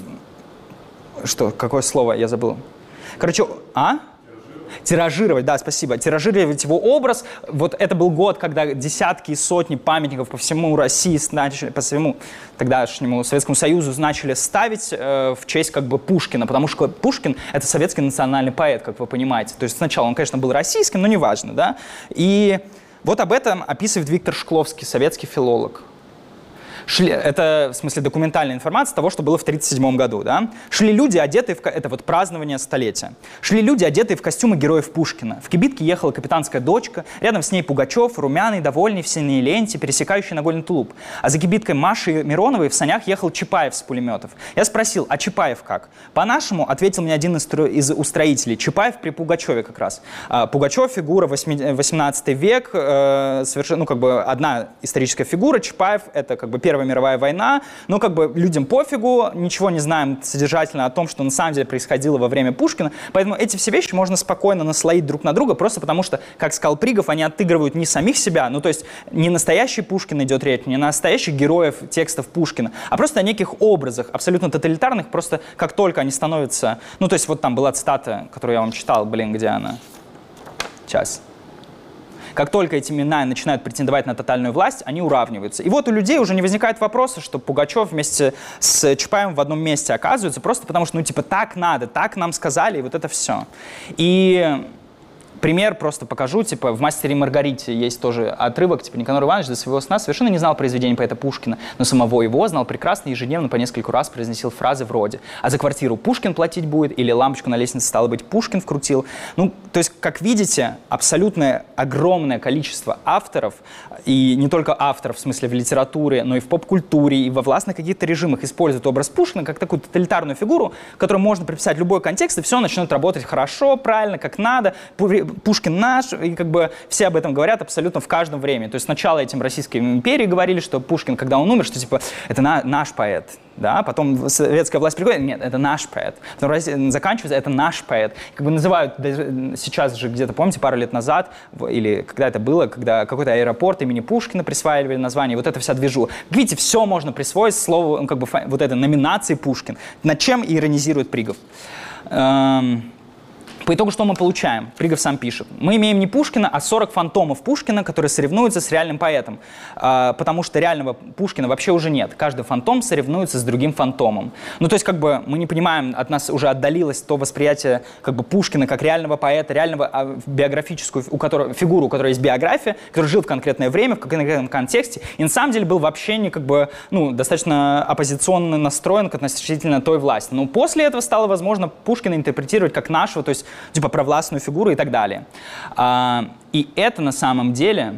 S1: Что? Какое слово? Я забыл. Короче, а? Тиражировать, да, спасибо. Тиражировать его образ. Вот это был год, когда десятки и сотни памятников по всему России, начали, по всему тогдашнему Советскому Союзу начали ставить э, в честь как бы Пушкина, потому что Пушкин — это советский национальный поэт, как вы понимаете. То есть сначала он, конечно, был российским, но неважно, да. И вот об этом описывает Виктор Шкловский, советский филолог. Шли, это, в смысле, документальная информация того, что было в тридцать седьмом году. Да? Шли люди, одетые в... Это вот празднование столетия. Шли люди, одетые в костюмы героев Пушкина. В кибитке ехала капитанская дочка, рядом с ней Пугачев, румяный, довольный, в синей ленте, пересекающий Нагольный тулуп. А за кибиткой Маши Мироновой в санях ехал Чапаев с пулеметов. Я спросил, а Чапаев как? По-нашему, ответил мне один из, из устроителей. Чапаев при Пугачеве как раз. А, Пугачев — фигура восемнадцатый век, э, совершенно, ну, как бы одна историческая фигура. Чапаев — это как бы Первая мировая война, но как бы людям пофигу, ничего не знаем содержательно о том, что на самом деле происходило во время Пушкина, поэтому эти все вещи можно спокойно наслоить друг на друга, просто потому что, как сказал Пригов, они отыгрывают не самих себя, ну то есть не настоящий Пушкин идет речь, не настоящих героев текстов Пушкина, а просто о неких образах, абсолютно тоталитарных, просто как только они становятся, ну то есть вот там была цитата, которую я вам читал, блин, где она? Сейчас. Как только эти имена начинают претендовать на тотальную власть, они уравниваются. И вот у людей уже не возникает вопроса, что Пугачев вместе с Чапаевым в одном месте оказывается, просто потому что, ну, типа, так надо, так нам сказали, и вот это все. И пример просто покажу, типа, в «Мастере и Маргарите» есть тоже отрывок, типа, Никанор Иванович до своего сна совершенно не знал произведения поэта Пушкина, но самого его знал прекрасно и ежедневно по нескольку раз произносил фразы вроде «А за квартиру Пушкин платить будет» или «Лампочку на лестнице, стало быть, Пушкин вкрутил». Ну, то есть, как видите, абсолютное огромное количество авторов, и не только авторов, в смысле, в литературе, но и в поп-культуре, и во властных каких-то режимах используют образ Пушкина как такую тоталитарную фигуру, которой можно приписать любой контекст, и все начнет работать хорошо, правильно, как надо. Пушкин наш, и как бы все об этом говорят абсолютно в каждом времени. То есть сначала этим Российской империи говорили, что Пушкин, когда он умер, что типа это на, наш поэт, да, потом советская власть приходит, нет, это наш поэт. Потом заканчивается, это наш поэт. Как бы называют даже сейчас же где-то, помните, пару лет назад, или когда это было, когда какой-то аэропорт имени Пушкина присваивали название, вот это вся движу. Видите, все можно присвоить слову, как бы вот этой номинации Пушкин. Над чем иронизирует Пригов? Эм... По итогу что мы получаем? Пригов сам пишет. Мы имеем не Пушкина, а сорок фантомов Пушкина, которые соревнуются с реальным поэтом. А, потому что реального Пушкина вообще уже нет. Каждый фантом соревнуется с другим фантомом. Ну, то есть, как бы, мы не понимаем, от нас уже отдалилось то восприятие как бы Пушкина как реального поэта, реального а, биографическую у которого, фигуру, у которой есть биография, который жил в конкретное время, в конкретном контексте, и на самом деле был вообще не как бы, ну, достаточно оппозиционно настроен относительно той власти. Но после этого стало возможно Пушкина интерпретировать как нашего, то есть типа провластную фигуру и так далее. А, и это на самом деле...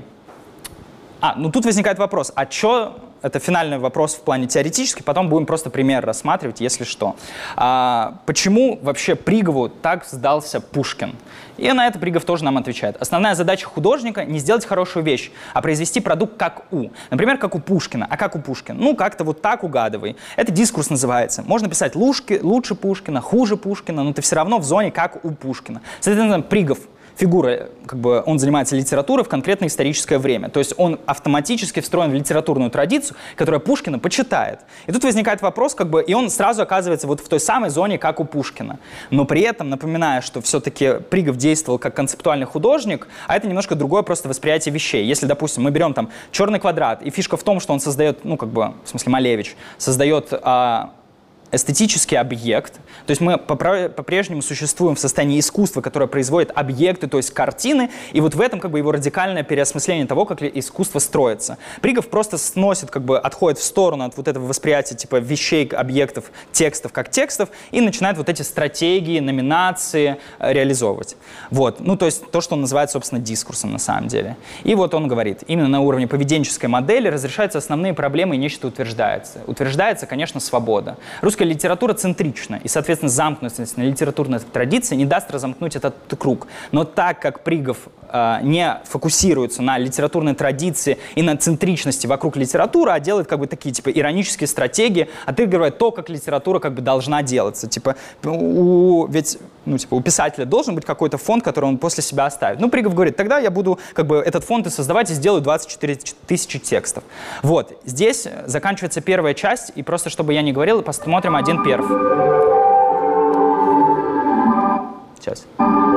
S1: А, ну тут возникает вопрос, а что... Это финальный вопрос в плане теоретический, потом будем просто пример рассматривать, если что. А, почему вообще Пригову так сдался Пушкин? И на это Пригов тоже нам отвечает. Основная задача художника — не сделать хорошую вещь, а произвести продукт как у. Например, как у Пушкина. А как у Пушкина? Ну, как-то вот так угадывай. Это дискурс называется. Можно писать лучше, лучше Пушкина, хуже Пушкина, но ты все равно в зоне как у Пушкина. Соответственно, Пригов фигура, как бы он занимается литературой в конкретное историческое время. То есть он автоматически встроен в литературную традицию, которая Пушкина почитает. И тут возникает вопрос, как бы, и он сразу оказывается вот в той самой зоне, как у Пушкина. Но при этом, напоминая, что все-таки Пригов действовал как концептуальный художник, а это немножко другое просто восприятие вещей. Если, допустим, мы берем там «Черный квадрат», и фишка в том, что он создает, ну, как бы, в смысле, Малевич, создает а, эстетический объект. То есть мы по-прежнему существуем в состоянии искусства, которое производит объекты, то есть картины, и вот в этом как бы его радикальное переосмысление того, как искусство строится. Пригов просто сносит, как бы отходит в сторону от вот этого восприятия типа вещей, объектов, текстов как текстов, и начинает вот эти стратегии, номинации э, реализовывать. Вот. Ну, то есть то, что он называет, собственно, дискурсом на самом деле. И вот он говорит, именно на уровне поведенческой модели разрешаются основные проблемы и нечто утверждается. Утверждается, конечно, свобода. Русская литература центрична, и, соответственно, замкнутость на литературной традиции не даст разомкнуть этот круг. Но так как Пригов э, не фокусируется на литературной традиции и на центричности вокруг литературы, а делает как бы такие типа иронические стратегии, отыгрывает то, как литература как бы должна делаться. Типа, у, ведь ну, типа, у писателя должен быть какой-то фонд, который он после себя оставит. Ну, Пригов говорит, тогда я буду как бы этот фонд и создавать, и сделаю двадцать четыре тысячи текстов. Вот, здесь заканчивается первая часть, и просто чтобы я не говорил, посмотрим один перф. Сейчас.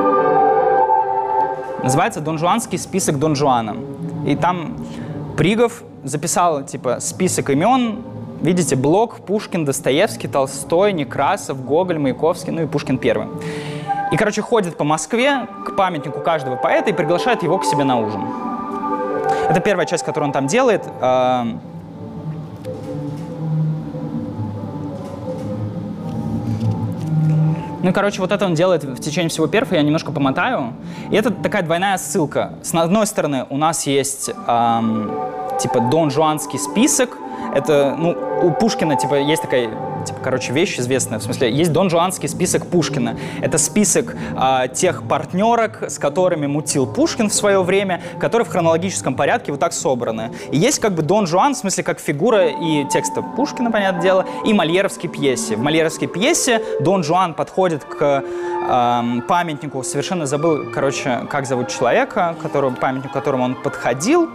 S1: Называется «Донжуанский список Дон Жуана». И там Пригов записал типа список имен. Видите, Блок, Пушкин, Достоевский, Толстой, Некрасов, Гоголь, Маяковский, ну и Пушкин первый. И, короче, ходит по Москве к памятнику каждого поэта и приглашает его к себе на ужин. Это первая часть, которую он там делает. Ну и, короче, вот это он делает в течение всего перфа, я немножко помотаю. И это такая двойная ссылка. С одной стороны, у нас есть эм, типа донжуанский список. Это, ну, у Пушкина, типа, есть такая, типа, короче, вещь известная, в смысле, есть донжуанский список Пушкина. Это список э, тех партнерок, с которыми мутил Пушкин в свое время, которые в хронологическом порядке вот так собраны. И есть как бы Дон Жуан, в смысле, как фигура и текста Пушкина, понятное дело, и мольеровской пьесе. В мольеровской пьесе Дон Жуан подходит к э, памятнику, совершенно забыл, короче, как зовут человека, которого, памятнику, к которому он подходил.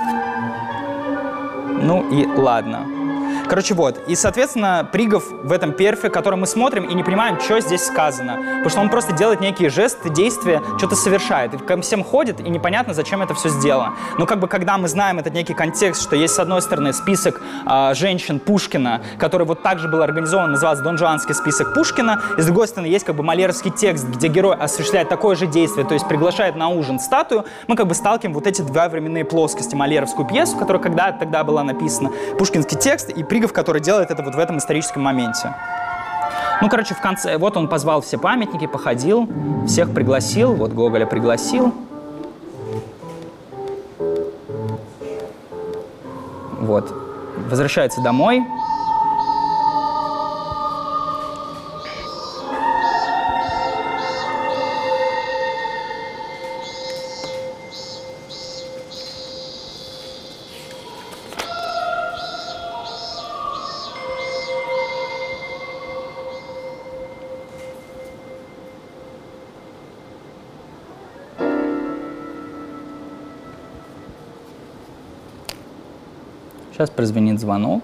S1: Ну и ладно. Короче, вот. И, соответственно, Пригов в этом перфе, который мы смотрим и не понимаем, что здесь сказано. Потому что он просто делает некие жесты, действия, что-то совершает. И ко всем ходит, и непонятно, зачем это все сделано. Но как бы, когда мы знаем этот некий контекст, что есть, с одной стороны, список э, женщин Пушкина, который вот так же был организован, назывался «Донжуанский список Пушкина», и, с другой стороны, есть как бы мольеровский текст, где герой осуществляет такое же действие, то есть приглашает на ужин статую, мы как бы сталкиваем вот эти два временные плоскости. Мольеровскую пьесу, которая когда-то тогда была написана, пушкинский текст, и Пригов, который делает это вот в этом историческом моменте. Ну, короче, в конце, вот он позвал все памятники, походил, всех пригласил, вот Гоголя пригласил. Вот. Возвращается домой. Сейчас прозвенит звонок.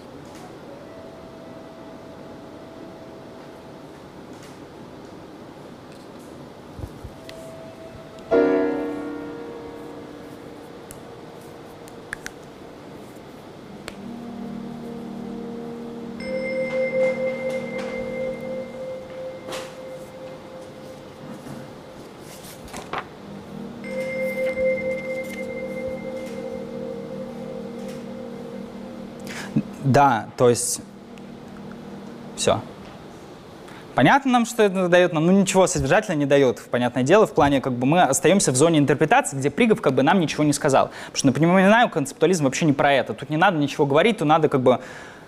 S1: Да, то есть все. Понятно нам, что это дает нам? Ну, ничего содержательно не дает, понятное дело, в плане, как бы мы остаемся в зоне интерпретации, где Пригов как бы нам ничего не сказал. Потому что, напоминаю, концептуализм вообще не про это. Тут не надо ничего говорить, тут надо как бы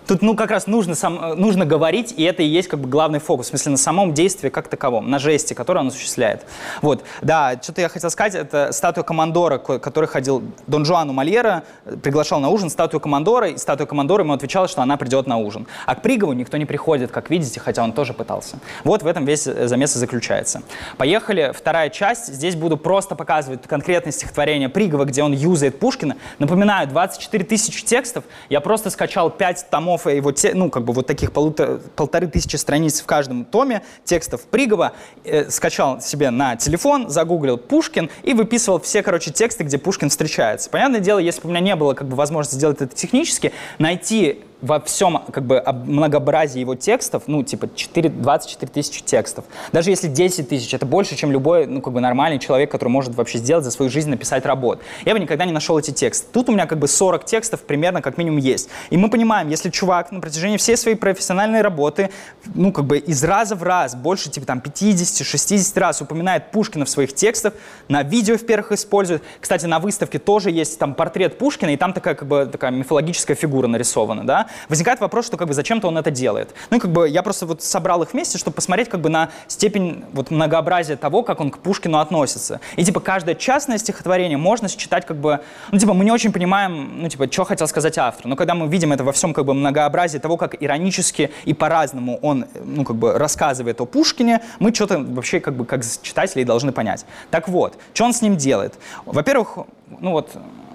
S1: Тут, ну, как раз нужно, сам, нужно говорить, и это и есть как бы главный фокус, в смысле на самом действии как таковом, на жесте, который он осуществляет. Вот, да, что-то я хотел сказать, это статуя Командора, который ходил Дон Жуану Мольера, приглашал на ужин статую Командора, и статуя Командора ему отвечала, что она придет на ужин. А к Пригову никто не приходит, как видите, хотя он тоже пытался. Вот в этом весь замес и заключается. Поехали, вторая часть. Здесь буду просто показывать конкретное стихотворение Пригова, где он юзает Пушкина. Напоминаю, двадцать четыре тысячи текстов, я просто скачал пять томов его, те, ну, как бы вот таких полутора, полторы тысячи страниц в каждом томе текстов Пригова, э, скачал себе на телефон, загуглил Пушкин и выписывал все, короче, тексты, где Пушкин встречается. Понятное дело, если бы у меня не было как бы возможности сделать это технически, найти во всем как бы многообразии его текстов, ну, типа двадцать четыре тысячи текстов. Даже если десять тысяч, это больше, чем любой, ну, как бы нормальный человек, который может вообще сделать за свою жизнь, написать работу. Я бы никогда не нашел эти тексты. Тут у меня как бы сорок текстов примерно как минимум есть. И мы понимаем, если чувак на протяжении всей своей профессиональной работы, ну, как бы из раза в раз, больше, типа, там, пятьдесят-шестьдесят раз упоминает Пушкина в своих текстах, на видео в первых использует. Кстати, на выставке тоже есть там портрет Пушкина, и там такая, как бы, такая мифологическая фигура нарисована, да. Возникает вопрос, что как бы зачем-то он это делает. Ну и как бы я просто вот собрал их вместе, чтобы посмотреть как бы на степень вот многообразия того, как он к Пушкину относится. И типа каждое частное стихотворение можно считать как бы, ну типа мы не очень понимаем, ну типа, что хотел сказать автор. Но когда мы видим это во всем как бы многообразии того, как иронически и по-разному он, ну как бы рассказывает о Пушкине, мы что-то вообще как бы как читатели должны понять. Так вот, что он с ним делает? Во-первых, ну вот...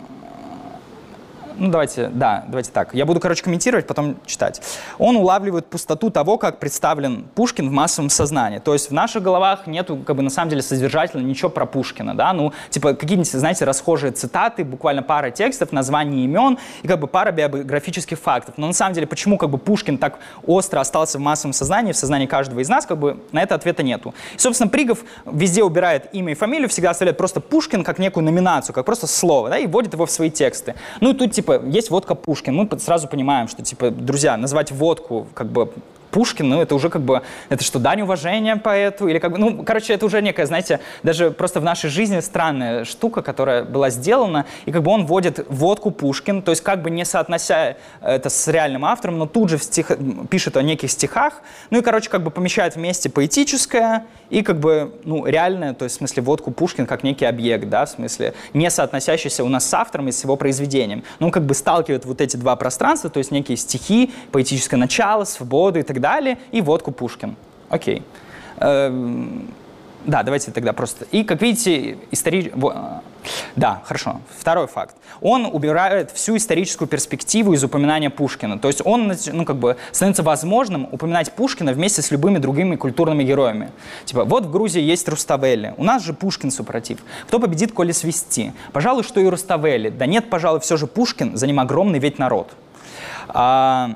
S1: Ну, давайте, да, давайте так. Я буду, короче, комментировать, потом читать. Он улавливает пустоту того, как представлен Пушкин в массовом сознании. То есть в наших головах нету, как бы, на самом деле, содержательно ничего про Пушкина, да, ну, типа, какие-нибудь, знаете, расхожие цитаты, буквально пара текстов, названия имен и, как бы, пара биографических фактов. Но, на самом деле, почему, как бы, Пушкин так остро остался в массовом сознании, в сознании каждого из нас, как бы, на это ответа нету. И, собственно, Пригов везде убирает имя и фамилию, всегда оставляет просто Пушкин как некую номинацию, как просто слово, да, и вводит его в свои тексты. Ну, и тут, типа, есть водка Пушкин. Мы сразу понимаем, что, типа, друзья, назвать водку, как бы, Пушкин, ну, это уже как бы, это что, дань уважения поэту? Или как бы, ну, короче, это уже некая, знаете, даже просто в нашей жизни странная штука, которая была сделана, и как бы он вводит водку Пушкин, то есть как бы не соотнося это с реальным автором, но тут же в стих... пишет о неких стихах, ну и, короче, как бы помещает вместе поэтическое и как бы, ну, реальное, то есть в смысле водку Пушкин как некий объект, да, в смысле не соотносящийся у нас с автором и с его произведением. Но он как бы сталкивает вот эти два пространства, то есть некие стихи, поэтическое начало, свободу и так далее, и водку Пушкин. Окей. Эм, да, давайте тогда просто... И, как видите, исторически... Да, хорошо. Второй факт. Он убирает всю историческую перспективу из упоминания Пушкина. То есть он, ну, как бы, становится возможным упоминать Пушкина вместе с любыми другими культурными героями. Типа, вот в Грузии есть Руставели, у нас же Пушкин супротив. Кто победит, коли свести? Пожалуй, что и Руставели. Да нет, пожалуй, все же Пушкин, за ним огромный ведь народ. А...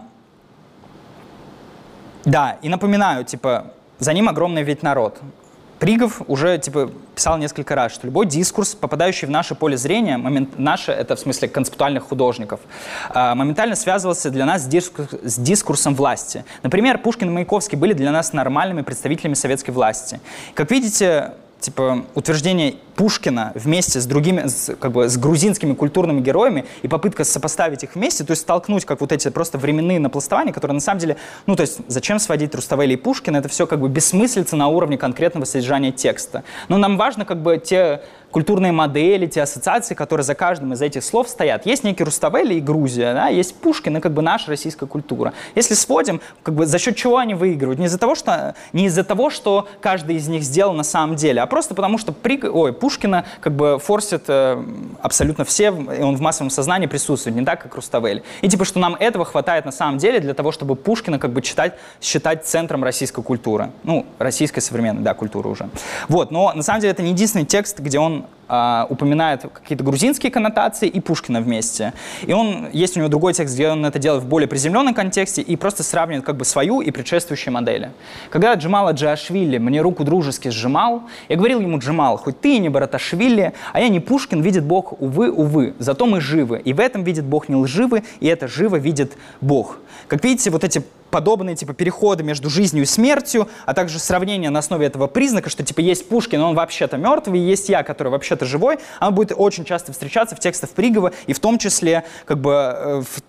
S1: Да, и напоминаю, типа, за ним огромный ведь народ. Пригов уже, типа, писал несколько раз, что любой дискурс, попадающий в наше поле зрения, момент, наше, это в смысле концептуальных художников, э, моментально связывался для нас с, дискурс, с дискурсом власти. Например, Пушкин и Маяковский были для нас нормальными представителями советской власти. Как видите, типа, утверждение Пушкина вместе с другими, с, как бы, с грузинскими культурными героями и попытка сопоставить их вместе, то есть столкнуть как вот эти просто временные напластования, которые на самом деле, ну, то есть зачем сводить Руставели и Пушкина, это все как бы бессмыслица на уровне конкретного содержания текста. Но нам важно как бы те культурные модели, те ассоциации, которые за каждым из этих слов стоят. Есть некий Руставели и Грузия, да, есть Пушкин и как бы наша российская культура. Если сводим, как бы за счет чего они выигрывают? Не из-за того, что, не из-за того, что каждый из них сделал на самом деле, а просто потому, что при, ой, Пушкина как бы форсит э, абсолютно все, и он в массовом сознании присутствует, не так, как Руставели. И типа, что нам этого хватает на самом деле для того, чтобы Пушкина как бы читать, считать центром российской культуры. Ну, российской современной, да, культуры уже. Вот, но на самом деле это не единственный текст, где он Uh, упоминает какие-то грузинские коннотации и Пушкина вместе. И он, есть у него другой текст, где он это делает в более приземленном контексте и просто сравнивает как бы свою и предшествующие модели. Когда Джамала Джиашвили мне руку дружески сжимал, я говорил ему: Джамал, хоть ты и не Бараташвили, а я не Пушкин, видит Бог, увы, увы, зато мы живы. И в этом видит Бог не лживы, и это живо видит Бог. Как видите, вот эти подобные типа переходы между жизнью и смертью, а также сравнение на основе этого признака, что типа есть Пушкин, он вообще-то мертвый, и есть я, который вообще-то живой, оно будет очень часто встречаться в текстах Пригова, и в том числе как бы в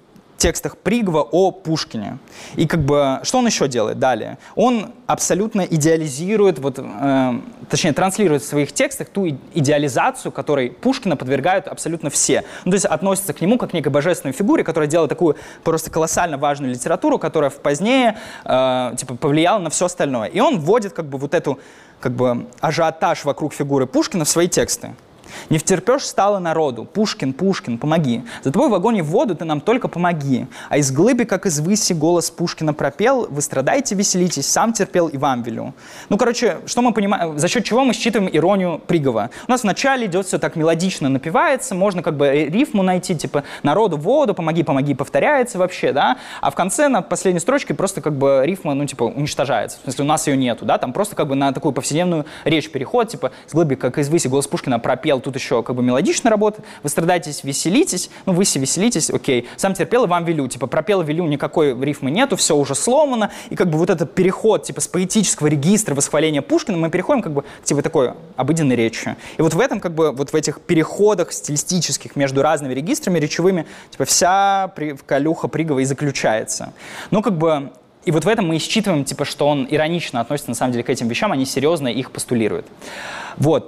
S1: текстах Пригова о Пушкине. И как бы, что он еще делает далее? Он абсолютно идеализирует, вот, э, точнее, транслирует в своих текстах ту идеализацию, которой Пушкина подвергают абсолютно все. Ну, то есть относится к нему как к некой божественной фигуре, которая делала такую просто колоссально важную литературу, которая позднее э, типа, повлияла на все остальное. И он вводит как бы вот эту как бы ажиотаж вокруг фигуры Пушкина в свои тексты. «Не втерпешь стало народу, Пушкин, Пушкин, помоги. За тобой в огонь и в воду ты нам только помоги. А из глыби, как из выси, голос Пушкина пропел, вы страдайте, веселитесь, сам терпел и вам велю». Ну, короче, что мы понимаем, за счет чего мы считываем иронию Пригова? У нас вначале идет все так мелодично напевается, можно как бы рифму найти, типа «народу, в воду, помоги, помоги», повторяется вообще, да, а в конце над последней строчкой просто как бы рифма, ну, типа, уничтожается. В смысле, у нас ее нету, да, там просто как бы на такую повседневную речь переход, типа «из глыби, как из выси, голос Пушкина пропел», тут еще как бы мелодично работает, вы страдаетесь, веселитесь, ну, вы веселитесь, окей, сам терпел и вам велю, типа, пропел и велю, никакой рифмы нету, все уже сломано, и как бы вот этот переход, типа, с поэтического регистра восхваления Пушкина мы переходим, как бы, типа, такой обыденной речью. И вот в этом, как бы, вот в этих переходах стилистических между разными регистрами речевыми, типа, вся приколюха Пригова и заключается. Ну, как бы, и вот в этом мы и считываем, типа, что он иронично относится, на самом деле, к этим вещам, они серьезно их постулируют. Вот.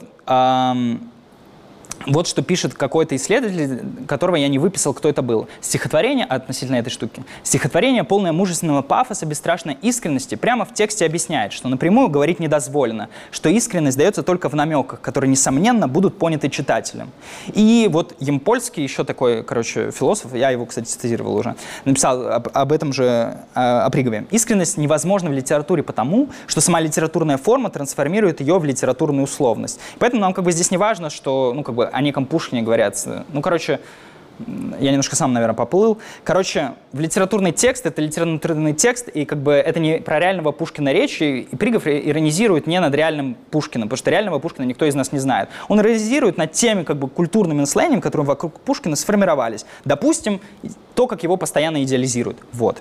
S1: Вот что пишет какой-то исследователь, которого я не выписал, кто это был. Стихотворение относительно этой штуки. Стихотворение, полное мужественного пафоса, бесстрашной искренности, прямо в тексте объясняет, что напрямую говорить недозволено, что искренность дается только в намеках, которые, несомненно, будут поняты читателем. И вот Ямпольский, еще такой, короче, философ, я его, кстати, цитировал уже, написал об, об этом же, о, о Пригове. Искренность невозможна в литературе потому, что сама литературная форма трансформирует ее в литературную условность. Поэтому нам как бы здесь не важно, что, ну, как бы, о неком Пушкине говорят. Ну, короче, я немножко сам, наверное, поплыл. Короче, в литературный текст — это литературный текст, и как бы это не про реального Пушкина речь, и Пригов иронизирует не над реальным Пушкиным, потому что реального Пушкина никто из нас не знает. Он иронизирует над теми как бы культурными наслоениями, которые вокруг Пушкина сформировались. Допустим, то, как его постоянно идеализируют. Вот.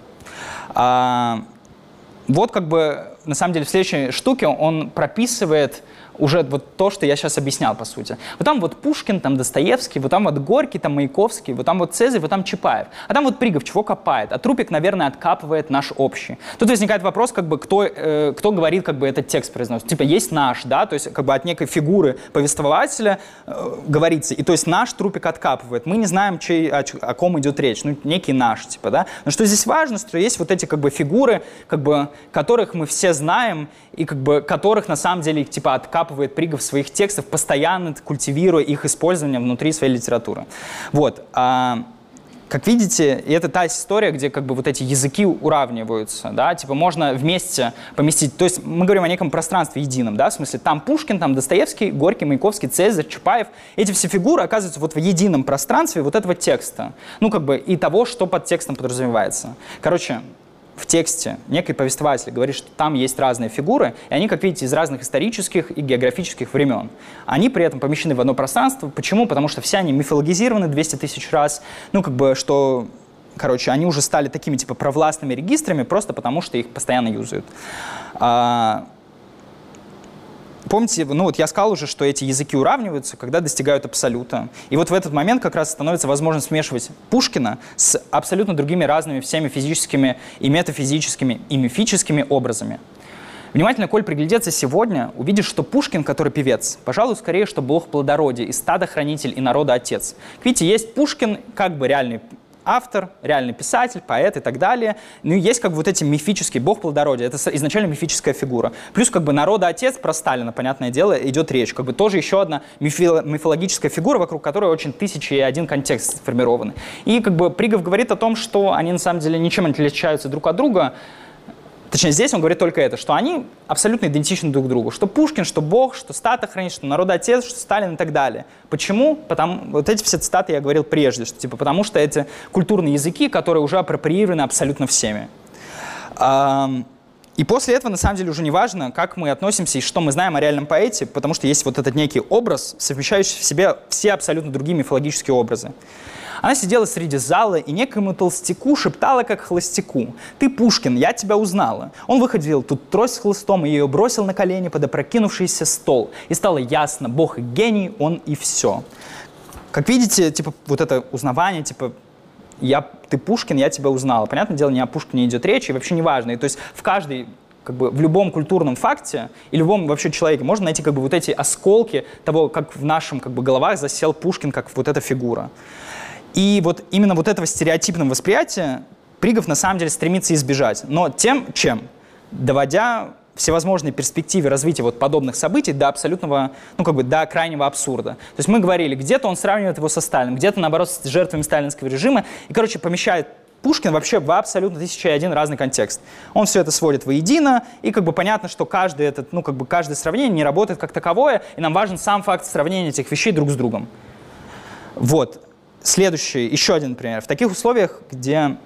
S1: А, вот как бы, на самом деле, в следующей штуке он прописывает уже вот то, что я сейчас объяснял, по сути. Вот там вот Пушкин, там Достоевский, вот там вот Горький, там Маяковский, вот там вот Цезарь, вот там Чапаев. А там вот Пригов чего копает? А Трупик, наверное, откапывает наш общий. Тут возникает вопрос, как бы, кто, э, кто говорит, как бы, этот текст произносит. Типа, есть наш, да, то есть, как бы, от некой фигуры повествователя э, говорится, и то есть наш Трупик откапывает. Мы не знаем, чей, о, о ком идет речь, ну, некий наш, типа, да. Но что здесь важно, что есть вот эти, как бы, фигуры, как бы, которых мы все знаем, и, как бы, которых, на самом деле, типа, откапывает Пригов в своих текстах, постоянно культивируя их использование внутри своей литературы. Вот. А, как видите, и это та история, где как бы вот эти языки уравниваются, да, типа можно вместе поместить, то есть мы говорим о неком пространстве едином, да, в смысле там Пушкин, там Достоевский, Горький, Маяковский, Цезарь, Чапаев, эти все фигуры оказываются вот в едином пространстве вот этого текста, ну как бы и того, что под текстом подразумевается. Короче, в тексте некий повествователь говорит, что там есть разные фигуры, и они, как видите, из разных исторических и географических времен. Они при этом помещены в одно пространство. Почему? Потому что все они мифологизированы двести тысяч раз. Ну, как бы, что, короче, они уже стали такими, типа, провластными регистрами, просто потому что их постоянно юзают. А... Помните, ну вот я сказал уже, что эти языки уравниваются, когда достигают абсолюта. И вот в этот момент как раз становится возможно смешивать Пушкина с абсолютно другими разными всеми физическими и метафизическими и мифическими образами. Внимательно, коль приглядеться сегодня, увидишь, что Пушкин, который певец, пожалуй, скорее, что бог плодородия, и стада-хранитель, и народа отец. Видите, есть Пушкин, как бы реальный автор, реальный писатель, поэт и так далее. Ну и есть как бы вот эти мифические, бог плодородия, это изначально мифическая фигура. Плюс как бы народа отец, про Сталина, понятное дело, идет речь. Как бы тоже еще одна мифи- мифологическая фигура, вокруг которой очень тысячи и один контекст сформированы. И как бы Пригов говорит о том, что они на самом деле ничем не отличаются друг от друга. Точнее, здесь он говорит только это, что они абсолютно идентичны друг другу. Что Пушкин, что Бог, что статохранитель, что народоотец, что Сталин и так далее. Почему? Потому, вот эти все цитаты я говорил прежде, что, типа, потому что эти культурные языки, которые уже апроприированы абсолютно всеми. И после этого, на самом деле, уже не важно, как мы относимся и что мы знаем о реальном поэте, потому что есть вот этот некий образ, совмещающий в себе все абсолютно другие мифологические образы. Она сидела среди зала и некоему толстяку шептала, как холостяку: «Ты, Пушкин, я тебя узнала». Он выходил тут трость с хлыстом и ее бросил на колени под опрокинувшийся стол. И стало ясно: Бог и гений, он и все. Как видите, типа, вот это узнавание, типа, я, ты Пушкин, я тебя узнала. Понятное дело, не о Пушкине идет речь, и вообще не важно. И, то есть в каждой, как бы, в любом культурном факте и любом вообще человеке можно найти как бы, вот эти осколки того, как в нашем как бы, головах засел Пушкин, как вот эта фигура. И вот именно вот этого стереотипного восприятия Пригов на самом деле стремится избежать. Но тем, чем? Доводя всевозможные перспективы развития вот подобных событий до абсолютного, ну как бы до крайнего абсурда. То есть мы говорили, где-то он сравнивает его со Сталиным, где-то наоборот с жертвами сталинского режима, и, короче, помещает Пушкин вообще в абсолютно тысяча и один разный контекст. Он все это сводит воедино, и как бы понятно, что каждый этот, ну как бы каждое сравнение не работает как таковое, и нам важен сам факт сравнения этих вещей друг с другом. Вот. Следующий, еще один пример. В таких условиях, где,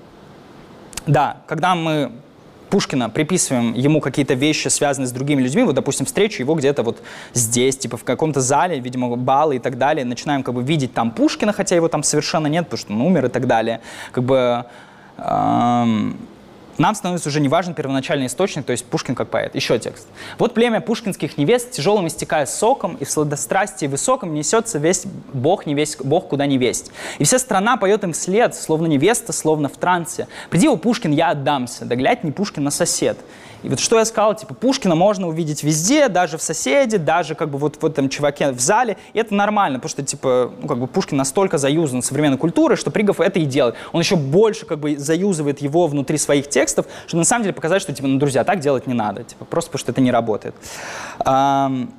S1: да, когда мы Пушкина приписываем ему какие-то вещи, связанные с другими людьми, вот, допустим, встречу его где-то вот здесь, типа в каком-то зале, видимо, балы и так далее, начинаем как бы видеть там Пушкина, хотя его там совершенно нет, потому что он умер и так далее. Как бы эм, нам становится уже не важен первоначальный источник, то есть Пушкин как поэт. Еще текст. «Вот племя пушкинских невест, тяжелым истекая соком, и в сладострастии высоком несется весь Бог, не весть, Бог куда не весть. И вся страна поет им вслед, словно невеста, словно в трансе. Приди, о Пушкин, я отдамся, да глядь не Пушкин, а сосед». И вот что я сказал, типа, Пушкина можно увидеть везде, даже в соседе, даже как бы вот в этом чуваке в зале, и это нормально, потому что, типа, ну, как бы Пушкин настолько заюзан современной культурой, что Пригов это и делает. Он еще больше, как бы, заюзывает его внутри своих текстов, чтобы на самом деле показать, что, типа, ну, друзья, так делать не надо, типа, просто потому что это не работает. Ам...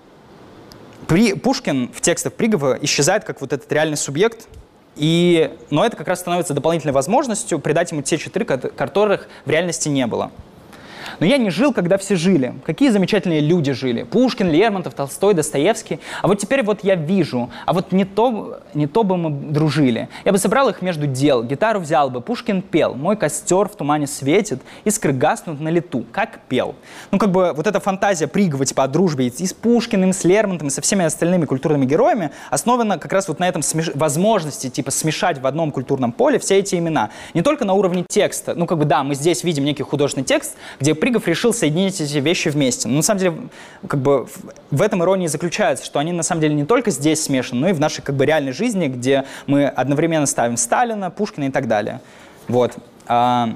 S1: При... Пушкин в текстах Пригова исчезает как вот этот реальный субъект, и... но это как раз становится дополнительной возможностью придать ему те черты, которых в реальности не было. Но я не жил, когда все жили. Какие замечательные люди жили. Пушкин, Лермонтов, Толстой, Достоевский. А вот теперь вот я вижу, а вот не то, не то бы мы дружили. Я бы собрал их между дел, гитару взял бы, Пушкин пел. Мой костер в тумане светит, искры гаснут на лету. Как пел. Ну как бы вот эта фантазия Пригова типа о дружбе и с Пушкиным, с Лермонтовым, и со всеми остальными культурными героями основана как раз вот на этом смеш... возможности типа смешать в одном культурном поле все эти имена. Не только на уровне текста. Ну как бы да, мы здесь видим некий художественный текст, где Пригов решил соединить эти вещи вместе. Но на самом деле, как бы в этом ирония заключается, что они на самом деле не только здесь смешаны, но и в нашей как бы реальной жизни, где мы одновременно ставим Сталина, Пушкина и так далее. Вот. А,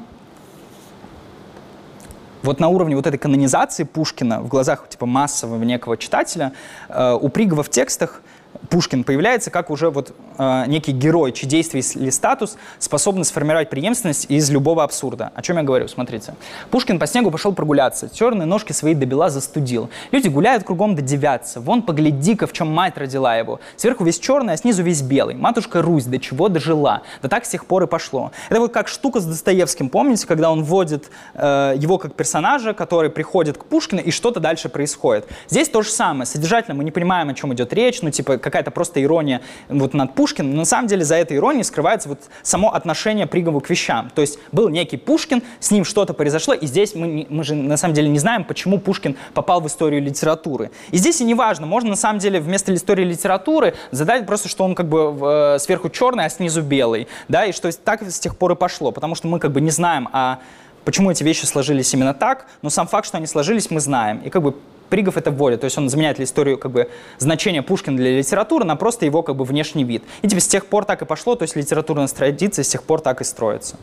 S1: вот на уровне вот этой канонизации Пушкина в глазах типа массового некого читателя э, у Пригова в текстах Пушкин появляется как уже вот э, некий герой, чьи действия или статус способны сформировать преемственность из любого абсурда. О чем я говорю? Смотрите. Пушкин по снегу пошел прогуляться, черные ножки свои до бела застудил. Люди гуляют кругом додевятся. Вон погляди-ка, в чем мать родила его. Сверху весь черный, а снизу весь белый. Матушка Русь до чего дожила. Да так с тех пор и пошло. Это вот как штука с Достоевским, помните, когда он вводит э, его как персонажа, который приходит к Пушкину, и что-то дальше происходит. Здесь то же самое. Содержательно мы не понимаем, о чем идет речь, ну типа какая-то просто ирония вот над Пушкиным, но на самом деле за этой иронией скрывается вот само отношение Пригова к вещам. То есть был некий Пушкин, с ним что-то произошло, и здесь мы, не, мы же на самом деле не знаем, почему Пушкин попал в историю литературы. И здесь и не важно, можно на самом деле вместо истории литературы задать просто, что он как бы э, сверху черный, а снизу белый, да, и что так с тех пор и пошло, потому что мы как бы не знаем, а почему эти вещи сложились именно так, но сам факт, что они сложились, мы знаем. И как бы Пригов это вводит, то есть он заменяет историю как бы значения Пушкина для литературы на просто его как бы внешний вид. И типа с тех пор так и пошло, то есть литературная традиция с тех пор так и строится.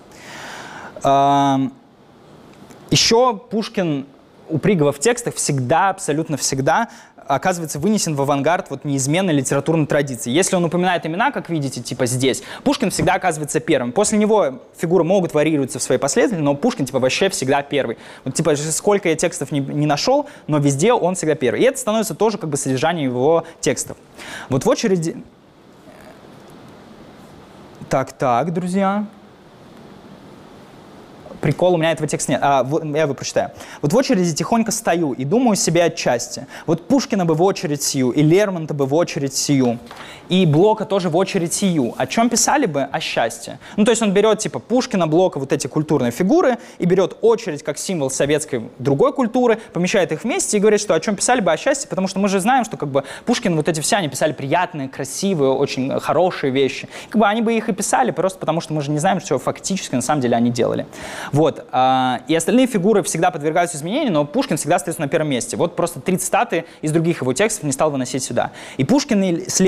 S1: Еще Пушкин у Пригова в текстах всегда, абсолютно всегда оказывается вынесен в авангард вот неизменной литературной традиции. Если он упоминает имена, как видите, типа здесь, Пушкин всегда оказывается первым. После него фигуры могут варьироваться в своей последовательности, но Пушкин типа вообще всегда первый. Вот типа сколько я текстов не, не нашел, но везде он всегда первый. И это становится тоже как бы содержанием его текстов. Вот в очереди... Так-так, друзья... Прикол, у меня этого текста нет. А, вот, я его прочитаю. Вот в очереди тихонько стою и думаю себе отчасти. Вот Пушкина бы в очередь сию, и Лермонтова бы в очередь сию, и Блока тоже в очередь сию. О чем писали бы? О счастье. Ну, то есть он берет типа Пушкина, Блока, вот эти культурные фигуры, и берет очередь как символ советской другой культуры, помещает их вместе и говорит, что о чем писали бы? О счастье, потому что мы же знаем, что как бы Пушкин, вот эти все, они писали приятные, красивые, очень хорошие вещи. Как бы они бы их и писали, просто потому что мы же не знаем, что фактически на самом деле они делали. Вот. И остальные фигуры всегда подвергаются изменению, но Пушкин всегда остается на первом месте. Вот просто три цитаты из других его текстов не стал выносить сюда. И Пушкин с Лермонтовым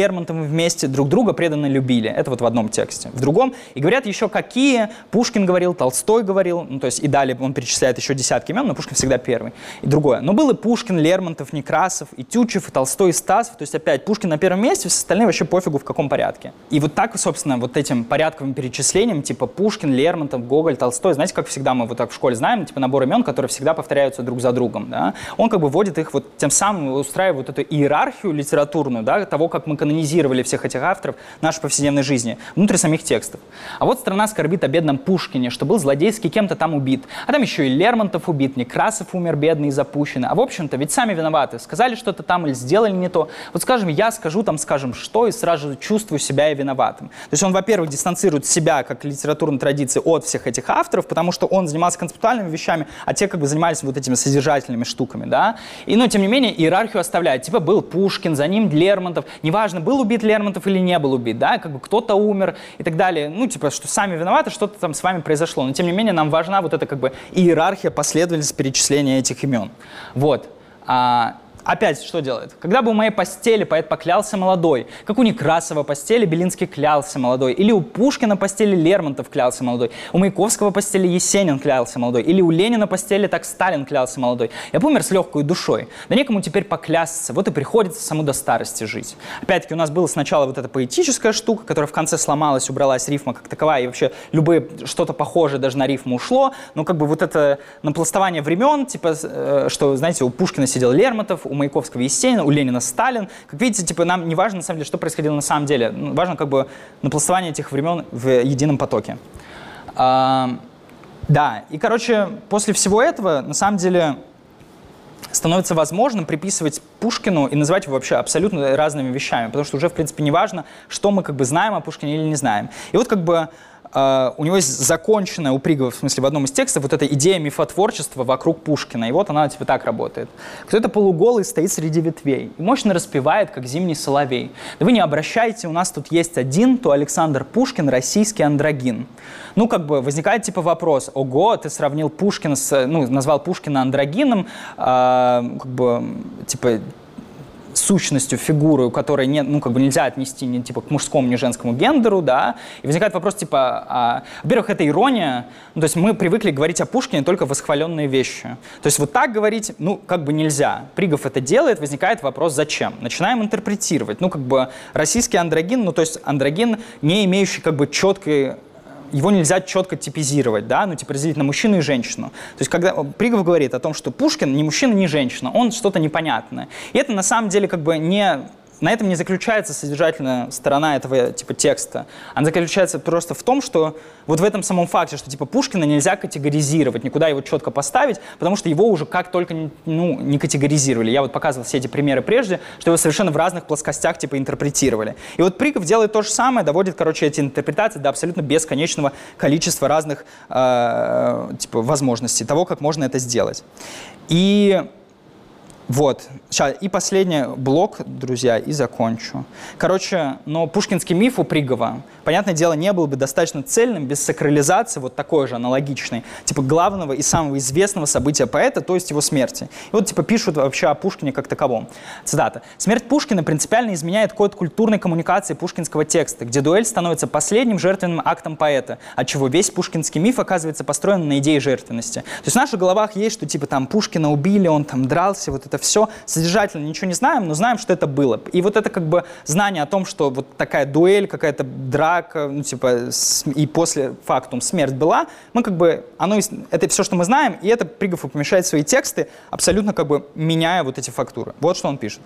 S1: вместе друг друга преданно любили. Это вот в одном тексте. В другом, и говорят еще какие, Пушкин говорил, Толстой говорил, ну, то есть и далее он перечисляет еще десятки имен, но Пушкин всегда первый. И другое. Но был и Пушкин, Лермонтов, Некрасов, и Тютчев, и Толстой, и Стасов. То есть опять Пушкин на первом месте, все остальные вообще пофигу в каком порядке. И вот так, собственно, вот этим порядковым перечислением, типа Пушкин, Лермонтов, Гоголь, Толстой, знаете, как всегда мы вот так в школе знаем, типа набор имен, которые всегда повторяются друг за другом, да? Он как бы вводит их, вот тем самым устраивает вот эту иерархию литературную, да, того, как мы канонизировали всех этих авторов в нашей повседневной жизни, внутри самих текстов. А вот страна скорбит о бедном Пушкине, что был злодейски кем-то там убит. А там еще и Лермонтов убит, Некрасов умер бедный и запущенный. А в общем-то, ведь сами виноваты. Сказали что-то там или сделали не то. Вот скажем, я скажу там, скажем, что, и сразу же чувствую себя и виноватым. То есть он, во-первых, дистанцирует себя как литературной традиции от всех этих авторов, потому что он занимался концептуальными вещами, а те как бы занимались вот этими содержательными штуками, да. И, но, тем не менее, иерархию оставляет. Типа был Пушкин, за ним Лермонтов. Неважно, был убит Лермонтов или не был убит, да, как бы кто-то умер и так далее. Ну, типа, что сами виноваты, что-то там с вами произошло. Но, тем не менее, нам важна вот эта как бы иерархия, последовательность перечисления этих имен. Вот. А, опять что делает? Когда бы у моей постели поэт поклялся молодой, как у Некрасова постели Белинский клялся молодой, или у Пушкина постели Лермонтов клялся молодой, у Маяковского постели Есенин клялся молодой, или у Ленина постели так Сталин клялся молодой. Я помер с легкой душой. Да некому теперь поклясться, вот и приходится саму до старости жить. Опять-таки у нас была сначала вот эта поэтическая штука, которая в конце сломалась, убралась рифма как таковая, и вообще любые что-то похожее даже на рифму ушло, но как бы вот это напластование времен, типа, э, что, знаете, у Пушкина сидел Лермонтов, у Маяковского Есенин, у Ленина Сталин. Как видите, типа, нам не важно, на самом деле, что происходило на самом деле. Важно как бы напластование этих времен в едином потоке. А, да, и, короче, после всего этого, на самом деле, становится возможным приписывать Пушкину и называть его вообще абсолютно разными вещами, потому что уже, в принципе, не важно, что мы как бы знаем о Пушкине или не знаем. И вот как бы Uh, у него есть законченная у Пригова, в смысле, в одном из текстов, вот эта идея мифотворчества вокруг Пушкина. И вот она типа так работает. Кто-то полуголый стоит среди ветвей и мощно распевает, как зимний соловей. Да вы не обращайте, у нас тут есть один, то Александр Пушкин, российский андрогин. Ну, как бы возникает типа вопрос: ого, ты сравнил Пушкина с, ну, назвал Пушкина андрогином, uh, как бы, типа, сущностью, фигурой, которой не, ну, как бы нельзя отнести ни типа, к мужскому, ни женскому гендеру, да, и возникает вопрос, типа, а, во-первых, это ирония, ну, то есть мы привыкли говорить о Пушкине только восхваленные вещи. То есть вот так говорить, ну, как бы нельзя. Пригов это делает, возникает вопрос, зачем? Начинаем интерпретировать. Ну, как бы российский андрогин, ну, то есть андрогин, не имеющий, как бы, четкой... Его нельзя четко типизировать, да, ну, типа разделить на мужчину и женщину. То есть, когда Пригов говорит о том, что Пушкин ни мужчина, ни женщина, он что-то непонятное. И это на самом деле как бы не... На этом не заключается содержательная сторона этого типа текста. Она заключается просто в том, что вот в этом самом факте, что типа Пушкина нельзя категоризировать, никуда его четко поставить, потому что его уже как только ну, не категоризировали. Я вот показывал все эти примеры прежде, что его совершенно в разных плоскостях типа интерпретировали. И вот Пригов делает то же самое, доводит, короче, эти интерпретации до абсолютно бесконечного количества разных э, типа возможностей того, как можно это сделать. И вот. Сейчас, и последний блок, друзья, и закончу. Короче, но пушкинский миф у Пригова, понятное дело, не был бы достаточно цельным без сакрализации, вот такой же аналогичной, типа главного и самого известного события поэта, то есть его смерти. И вот типа пишут вообще о Пушкине как таковом. Цитата. «Смерть Пушкина принципиально изменяет код культурной коммуникации пушкинского текста, где дуэль становится последним жертвенным актом поэта, отчего весь пушкинский миф оказывается построен на идее жертвенности». То есть в наших головах есть, что типа там Пушкина убили, он там дрался, вот это все. Содержательно ничего не знаем, но знаем, что это было. И вот это как бы знание о том, что вот такая дуэль, какая-то драка, ну типа и после фактум смерть была, мы как бы, оно, это все, что мы знаем, и это Пригов помещает в свои тексты, абсолютно как бы меняя вот эти фактуры. Вот что он пишет.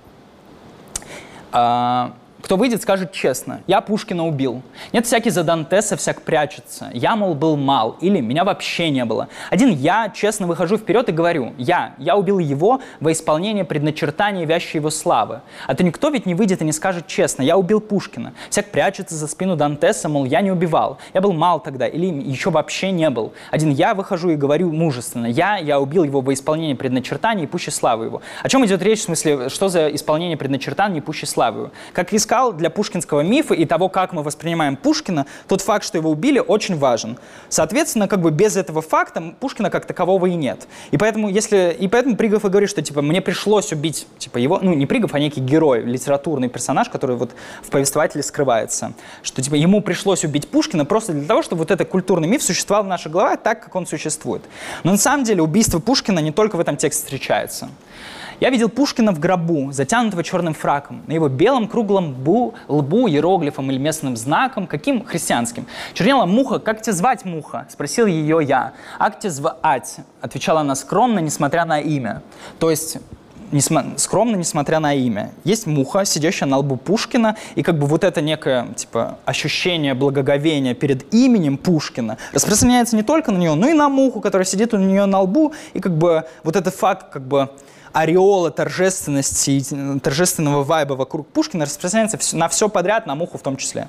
S1: Кто выйдет, скажет честно: я Пушкина убил. Нет, всякий за Дантеса всяк прячется. Я, мол, был мал, или меня вообще не было. Один я честно выхожу вперед и говорю: я, я убил его во исполнение предначертания вящей его славы. А то никто ведь не выйдет и не скажет честно: я убил Пушкина. Всяк прячется за спину Дантеса, мол, я не убивал. Я был мал тогда, или еще вообще не был. Один я выхожу и говорю мужественно: я, я убил его во исполнение предначертания и пуще славы его. О чем идет речь, в смысле, что за исполнение предначертания и пуще славы его? Как и сказано, сказал, для пушкинского мифа и того, как мы воспринимаем Пушкина, тот факт, что его убили, очень важен. Соответственно, как бы без этого факта Пушкина как такового и нет. И поэтому, если, и поэтому Пригов и говорит, что типа, мне пришлось убить типа, его, ну не Пригов, а некий герой, литературный персонаж, который вот в повествователе скрывается, что типа, ему пришлось убить Пушкина просто для того, чтобы вот этот культурный миф существовал в наших головах так, как он существует. Но на самом деле убийство Пушкина не только в этом тексте встречается. Я видел Пушкина в гробу, затянутого черным фраком, на его белом круглом бу, лбу иероглифом или местным знаком, каким христианским. Чернела муха. «Как тебя звать, муха?» — спросил ее я. «Как тебя звать?» — отвечала она скромно, несмотря на имя. То есть несма- скромно, несмотря на имя. Есть муха, сидящая на лбу Пушкина, и как бы вот это некое типа ощущение благоговения перед именем Пушкина распространяется не только на нее, но и на муху, которая сидит у нее на лбу, и как бы вот этот факт как бы ореола торжественности, торжественного вайба вокруг Пушкина распространяется на все подряд, на муху в том числе.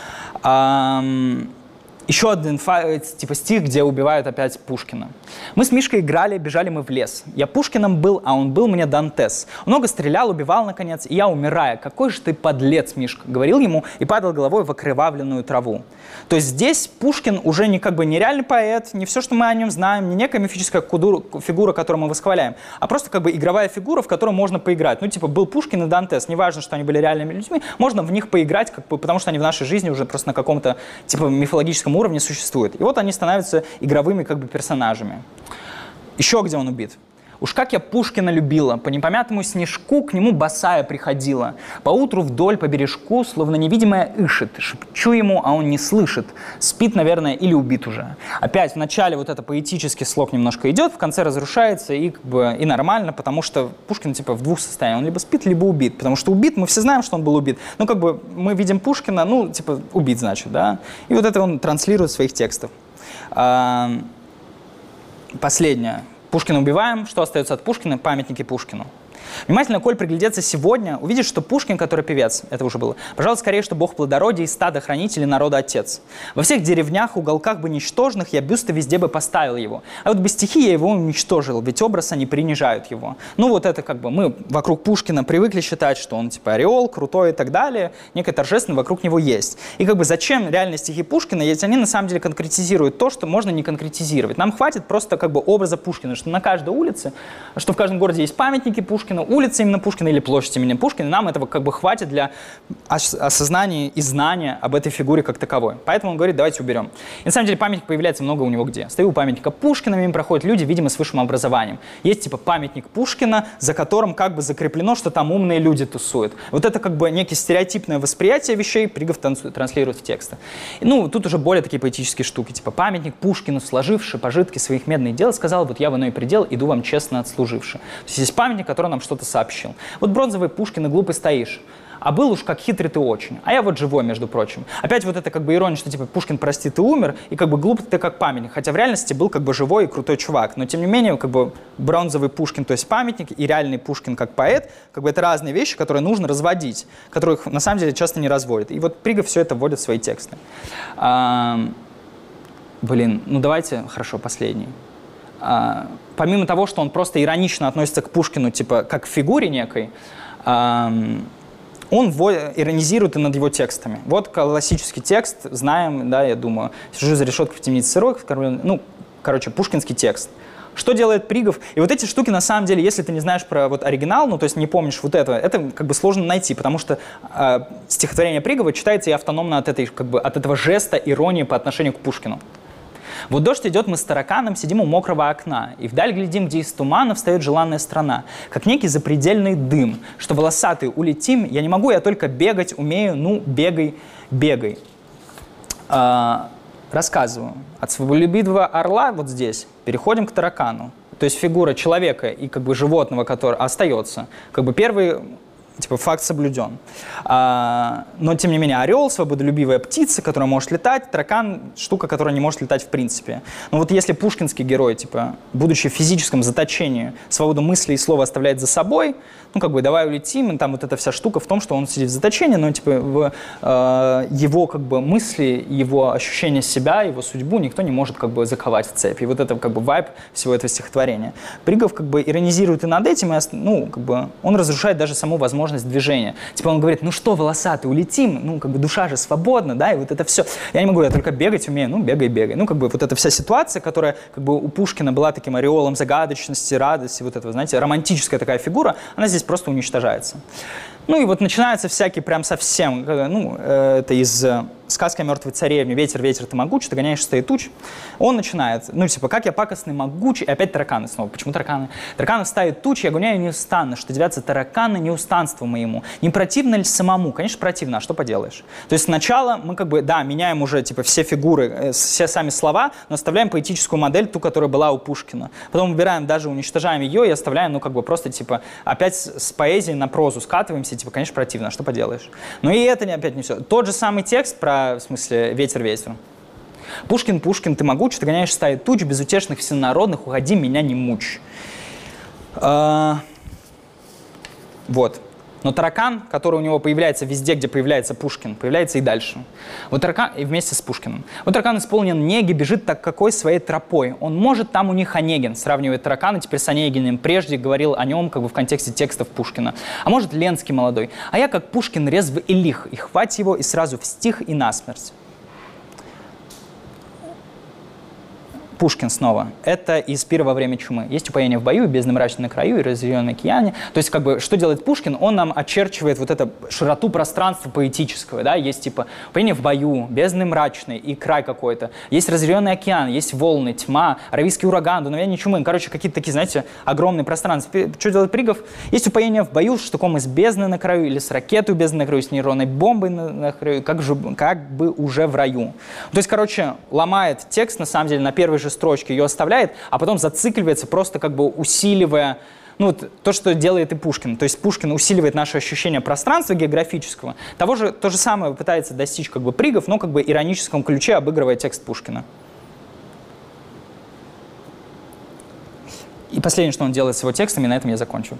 S1: Еще один типа стих, где убивают опять Пушкина. Мы с Мишкой играли, бежали мы в лес. Я Пушкиным был, а он был мне Дантес. Много стрелял, убивал, наконец, и я, умирая. Какой же ты подлец, Мишка, говорил ему и падал головой в окровавленную траву. То есть здесь Пушкин уже не как бы нереальный поэт, не все, что мы о нем знаем, не некая мифическая фигура, которую мы восхваляем, а просто как бы игровая фигура, в которую можно поиграть. Ну типа был Пушкин и Дантес, неважно, что они были реальными людьми, можно в них поиграть, как бы, потому что они в нашей жизни уже просто на каком-то типа мифологическом уровне существуют. И вот они становятся игровыми как бы персонажами. Еще где он убит. Уж как я Пушкина любила, по непомятому снежку к нему босая приходила. Поутру вдоль по бережку, словно невидимая ишет. Шепчу ему, а он не слышит. Спит, наверное, или убит уже. Опять в начале вот это поэтический слог немножко идет, в конце разрушается и, как бы, и нормально, потому что Пушкин типа в двух состояниях. Он либо спит, либо убит. Потому что убит, мы все знаем, что он был убит. Ну как бы мы видим Пушкина, ну типа убит, значит, да. И вот это он транслирует в своих текстах. Последнее. Пушкина убиваем. Что остается от Пушкина? Памятники Пушкину. Внимательно, коль приглядеться сегодня, увидишь, что Пушкин, который певец, это уже было, пожалуй, скорее, что бог плодородия и стада хранителей народа отец. Во всех деревнях, уголках бы ничтожных я бюсты везде бы поставил его. А вот без стихи я его уничтожил, ведь образ они принижают его. Ну вот это как бы мы вокруг Пушкина привыкли считать, что он типа ореол, крутой и так далее, некое торжественное вокруг него есть. И как бы зачем реально стихи Пушкина, если они на самом деле конкретизируют то, что можно не конкретизировать. Нам хватит просто как бы образа Пушкина, что на каждой улице, что в каждом городе есть памятники Пушкина, улица именно Пушкина или площадь имени Пушкина, нам этого как бы хватит для ос осознания и знания об этой фигуре как таковой. Поэтому он говорит, давайте уберем. И на самом деле памятник появляется много у него где. Стою у памятника Пушкина, мимо проходят люди, видимо, с высшим образованием. Есть типа памятник Пушкина, за которым как бы закреплено, что там умные люди тусуют. Вот это как бы некое стереотипное восприятие вещей Пригов транслирует в тексты. И, ну, тут уже более такие поэтические штуки, типа памятник Пушкину, сложивший пожитки своих медных дел, сказал, вот я в иной предел иду вам честно отслуживши. То есть есть памятник, который нам что-то сообщил. Вот бронзовый Пушкин и глупый стоишь. А был уж как хитрый ты очень. А я вот живой, между прочим. Опять вот это как бы ирония, что типа Пушкин, прости, ты умер, и как бы глупый ты как памятник. Хотя в реальности был как бы живой и крутой чувак. Но тем не менее, как бы бронзовый Пушкин, то есть памятник, и реальный Пушкин как поэт, как бы это разные вещи, которые нужно разводить, которых на самом деле часто не разводят. И вот Пригов все это вводит в свои тексты. А, блин, ну давайте, хорошо, последний. А, помимо того, что он просто иронично относится к Пушкину, типа, как к фигуре некой, а, он иронизирует и над его текстами. Вот классический текст, знаем, да, я думаю, «Сижу за решеткой в темнице сырой», ну, короче, пушкинский текст. Что делает Пригов? И вот эти штуки, на самом деле, если ты не знаешь про вот оригинал, ну, то есть не помнишь вот этого, это как бы сложно найти, потому что э, стихотворение Пригова читается и автономно от, этой, как бы, от этого жеста иронии по отношению к Пушкину. Вот дождь идет, мы с тараканом сидим у мокрого окна, и вдаль глядим, где из тумана встает желанная страна, как некий запредельный дым, что волосатый улетим, я не могу, я только бегать умею, ну, бегай, бегай. А, рассказываю. От своего любимого орла вот здесь переходим к таракану, то есть фигура человека и как бы животного, который остается, как бы первый... Типа факт соблюден. А, но, тем не менее, орел — свободолюбивая птица, которая может летать, таракан — штука, которая не может летать в принципе. Но вот если пушкинский герой, типа, будучи в физическом заточении, свободу мысли и слова оставляет за собой, ну, как бы, давай улетим, и там вот эта вся штука в том, что он сидит в заточении, но, типа, в, э, его, как бы, мысли, его ощущение себя, его судьбу никто не может, как бы, заковать в цепь. И вот это, как бы, вайб всего этого стихотворения. Пригов, как бы, иронизирует и над этим, и, ну, как бы, он разрушает даже саму возможность возможность движения. Типа он говорит, ну что, волосатый, улетим? Ну, как бы душа же свободна, да, и вот это все. Я не могу, я только бегать умею, ну, бегай, бегай. Ну, как бы вот эта вся ситуация, которая как бы у Пушкина была таким ореолом загадочности, радости, вот этого, знаете, романтическая такая фигура, она здесь просто уничтожается. Ну и вот начинается всякий прям совсем, ну, это из сказки о мертвой царевне «Ветер, ветер, ты могуч, ты гоняешь стаи туч». Он начинает, ну, типа, как я пакостный, могучий, и опять тараканы снова. Почему тараканы? Тараканы в стае туч, я гоняю неустанно, что девятся тараканы неустанству моему. Не противно ли самому? Конечно, противно, а что поделаешь? То есть сначала мы как бы, да, меняем уже, типа, все фигуры, все сами слова, но оставляем поэтическую модель, ту, которая была у Пушкина. Потом убираем, даже уничтожаем ее и оставляем, ну, как бы просто, типа, опять с поэзии на прозу скатываемся, типа, конечно, противно, а что поделаешь? Но и это опять не все. Тот же самый текст про, в смысле, «Ветер, ветер». Пушкин, Пушкин, ты могуч, ты гоняешь стаи туч, безутешных всенародных, уходи, меня не мучь. А, вот. Но таракан, который у него появляется везде, где появляется Пушкин, появляется и дальше. Вот таракан, и вместе с Пушкиным. Вот таракан исполнен неги, бежит так какой своей тропой. Он может, там у них Онегин, сравнивает таракана теперь с Онегиным. Прежде говорил о нем как бы в контексте текстов Пушкина. А может, Ленский молодой. А я, как Пушкин, резв и лих, и хвать его, и сразу в стих, и насмерть. Пушкин снова. Это из «Пира во время чумы». Есть упоение в бою, бездны мрачной на краю и разъяренном океане. То есть, как бы, что делает Пушкин? Он нам очерчивает вот эту широту пространства поэтического. Да? Есть, типа, упоение в бою, бездны мрачной и край какой-то. Есть разъяренный океан, есть волны, тьма, аравийский ураган, дуновение чумы. Короче, какие-то такие, знаете, огромные пространства. Что делает Пригов? Есть упоение в бою с штуком из бездны на краю или с ракетой бездны на краю, с нейронной бомбой на, на краю, как, же, как бы уже в раю. То есть, короче, ломает текст, на самом деле, на первой же строчки ее оставляет, а потом зацикливается, просто как бы усиливая, ну, вот, то, что делает и Пушкин. То есть Пушкин усиливает наше ощущение пространства географического. Того же, то же самое пытается достичь как бы Пригов, но как бы ироническом ключе, обыгрывая текст Пушкина. И последнее, что он делает с его текстами, на этом я закончу.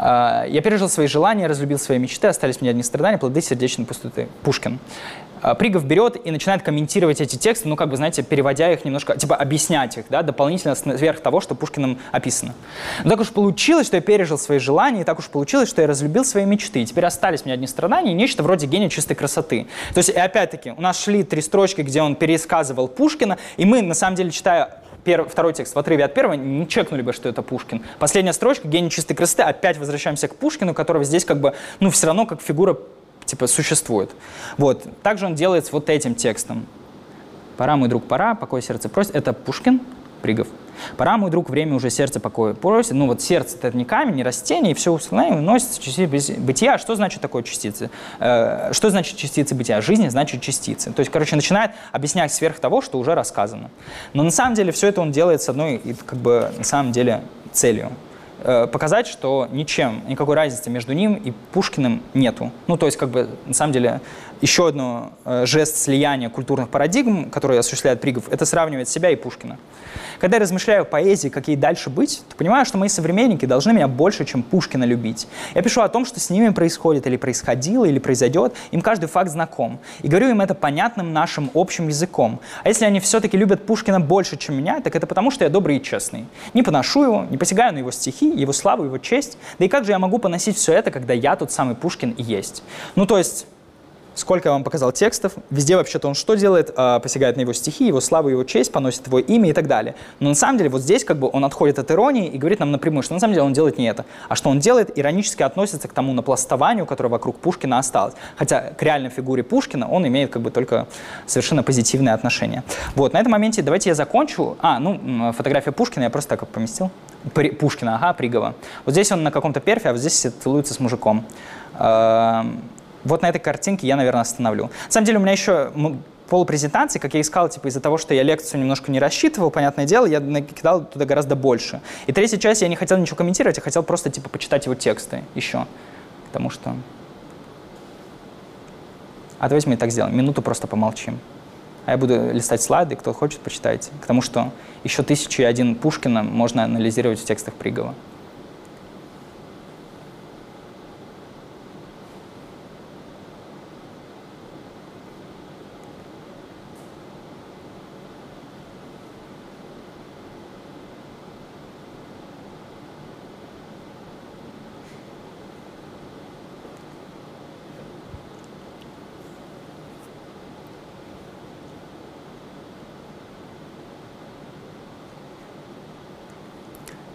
S1: «Я пережил свои желания, разлюбил свои мечты, остались мне одни страдания, плоды сердечной пустоты». Пушкин. Пригов берет и начинает комментировать эти тексты, ну, как бы, знаете, переводя их немножко, типа, объяснять их, да, дополнительно сверх того, что Пушкиным описано. Но так уж получилось, что я пережил свои желания, и так уж получилось, что я разлюбил свои мечты. И теперь остались мне одни страдания и нечто вроде гения чистой красоты. То есть, и опять-таки, у нас шли три строчки, где он пересказывал Пушкина, и мы, на самом деле, читая Перв, второй текст в отрыве от первого, не чекнули бы, что это Пушкин. Последняя строчка, гений чистой красоты, опять возвращаемся к Пушкину, которого здесь как бы, ну, все равно как фигура, типа, существует. Вот. Также он делает с вот этим текстом. «Пора, мой друг, пора, покой сердце просит». Это Пушкин, Пригов. «Пора, мой друг, время уже сердце покоя просит». Ну вот сердце — это не камень, не растение, и все остальное уносится частицы бытия. Что значит такое частицы? Э, что значит частицы бытия? Жизнь значит частицы. То есть, короче, начинает объяснять сверх того, что уже рассказано. Но на самом деле все это он делает с одной, как бы, на самом деле, целью. Показать, что ничем, никакой разницы между ним и Пушкиным нету. Ну, то есть, как бы, на самом деле, еще один э, жест слияния культурных парадигм, который осуществляет Пригов, это сравнивать себя и Пушкина. Когда я размышляю о поэзии, как ей дальше быть, то понимаю, что мои современники должны меня больше, чем Пушкина, любить. Я пишу о том, что с ними происходит, или происходило, или произойдет, им каждый факт знаком. И говорю им это понятным нашим общим языком. А если они все-таки любят Пушкина больше, чем меня, так это потому, что я добрый и честный. Не поношу его, не посягаю на его стихи, его славу, его честь. Да и как же я могу поносить все это, когда я тот самый Пушкин и есть? Ну, то есть... Сколько я вам показал текстов, везде вообще-то он что делает? А, посягает на его стихи, его славу, его честь, поносит его имя и так далее. Но на самом деле вот здесь как бы он отходит от иронии и говорит нам напрямую, что на самом деле он делает не это. А что он делает, иронически относится к тому напластованию, которое вокруг Пушкина осталось. Хотя к реальной фигуре Пушкина он имеет как бы только совершенно позитивное отношение. Вот, на этом моменте давайте я закончу. А, ну, фотография Пушкина я просто так поместил. При, Пушкина, ага, Пригова. Вот здесь он на каком-то перфе, а вот здесь целуется с мужиком. Вот на этой картинке я, наверное, остановлю. На самом деле у меня еще полупрезентации, как я искал, типа из-за того, что я лекцию немножко не рассчитывал, понятное дело, я накидал туда гораздо больше. И третья часть я не хотел ничего комментировать, я хотел просто типа почитать его тексты еще. Потому что... А давайте мы и так сделаем. Минуту просто помолчим. А я буду листать слайды, кто хочет, почитайте. Потому что еще тысячу и один Пушкина можно анализировать в текстах Пригова.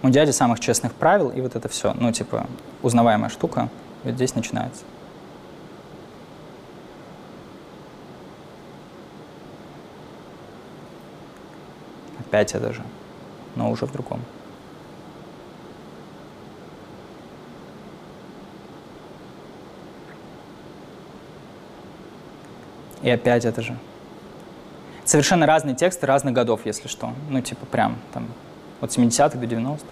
S1: Мой дядя самых честных правил, и вот это все, ну, типа, узнаваемая штука, вот здесь начинается. Опять это же, но уже в другом. И опять это же. Совершенно разные тексты разных годов, если что. Ну, типа, прям там от семидесятых до девяностых.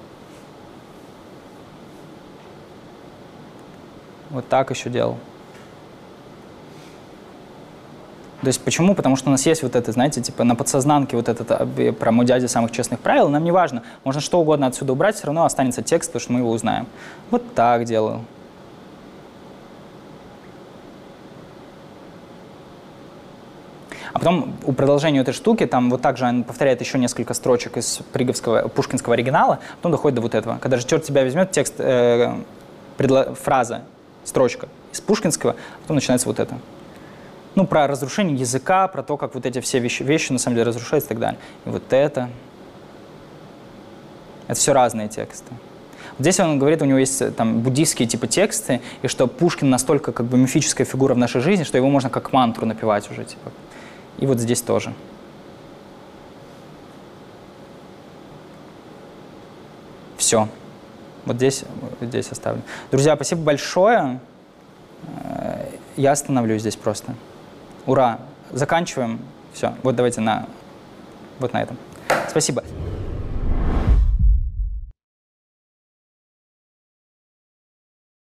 S1: Вот так еще делал. То есть почему? Потому что у нас есть вот это, знаете, типа на подсознанке вот это про мой дядя самых честных правил. Нам не важно. Можно что угодно отсюда убрать, все равно останется текст, потому что мы его узнаем. Вот так делал. А потом у продолжения этой штуки, там вот так же он повторяет еще несколько строчек из Приговского, пушкинского оригинала, потом доходит до вот этого. Когда же черт тебя возьмет, текст, э, предло, фраза, строчка из пушкинского, а потом начинается вот это. Ну, про разрушение языка, про то, как вот эти все вещи, вещи на самом деле разрушаются и так далее. И вот это. Это все разные тексты. Здесь он говорит, у него есть там буддийские типа тексты, и что Пушкин настолько как бы мифическая фигура в нашей жизни, что его можно как мантру напевать уже, типа. И вот здесь тоже. Все. Вот здесь, вот здесь оставлю. Друзья, спасибо большое. Я остановлюсь здесь просто. Ура! Заканчиваем. Все. Вот давайте на, вот на этом. Спасибо.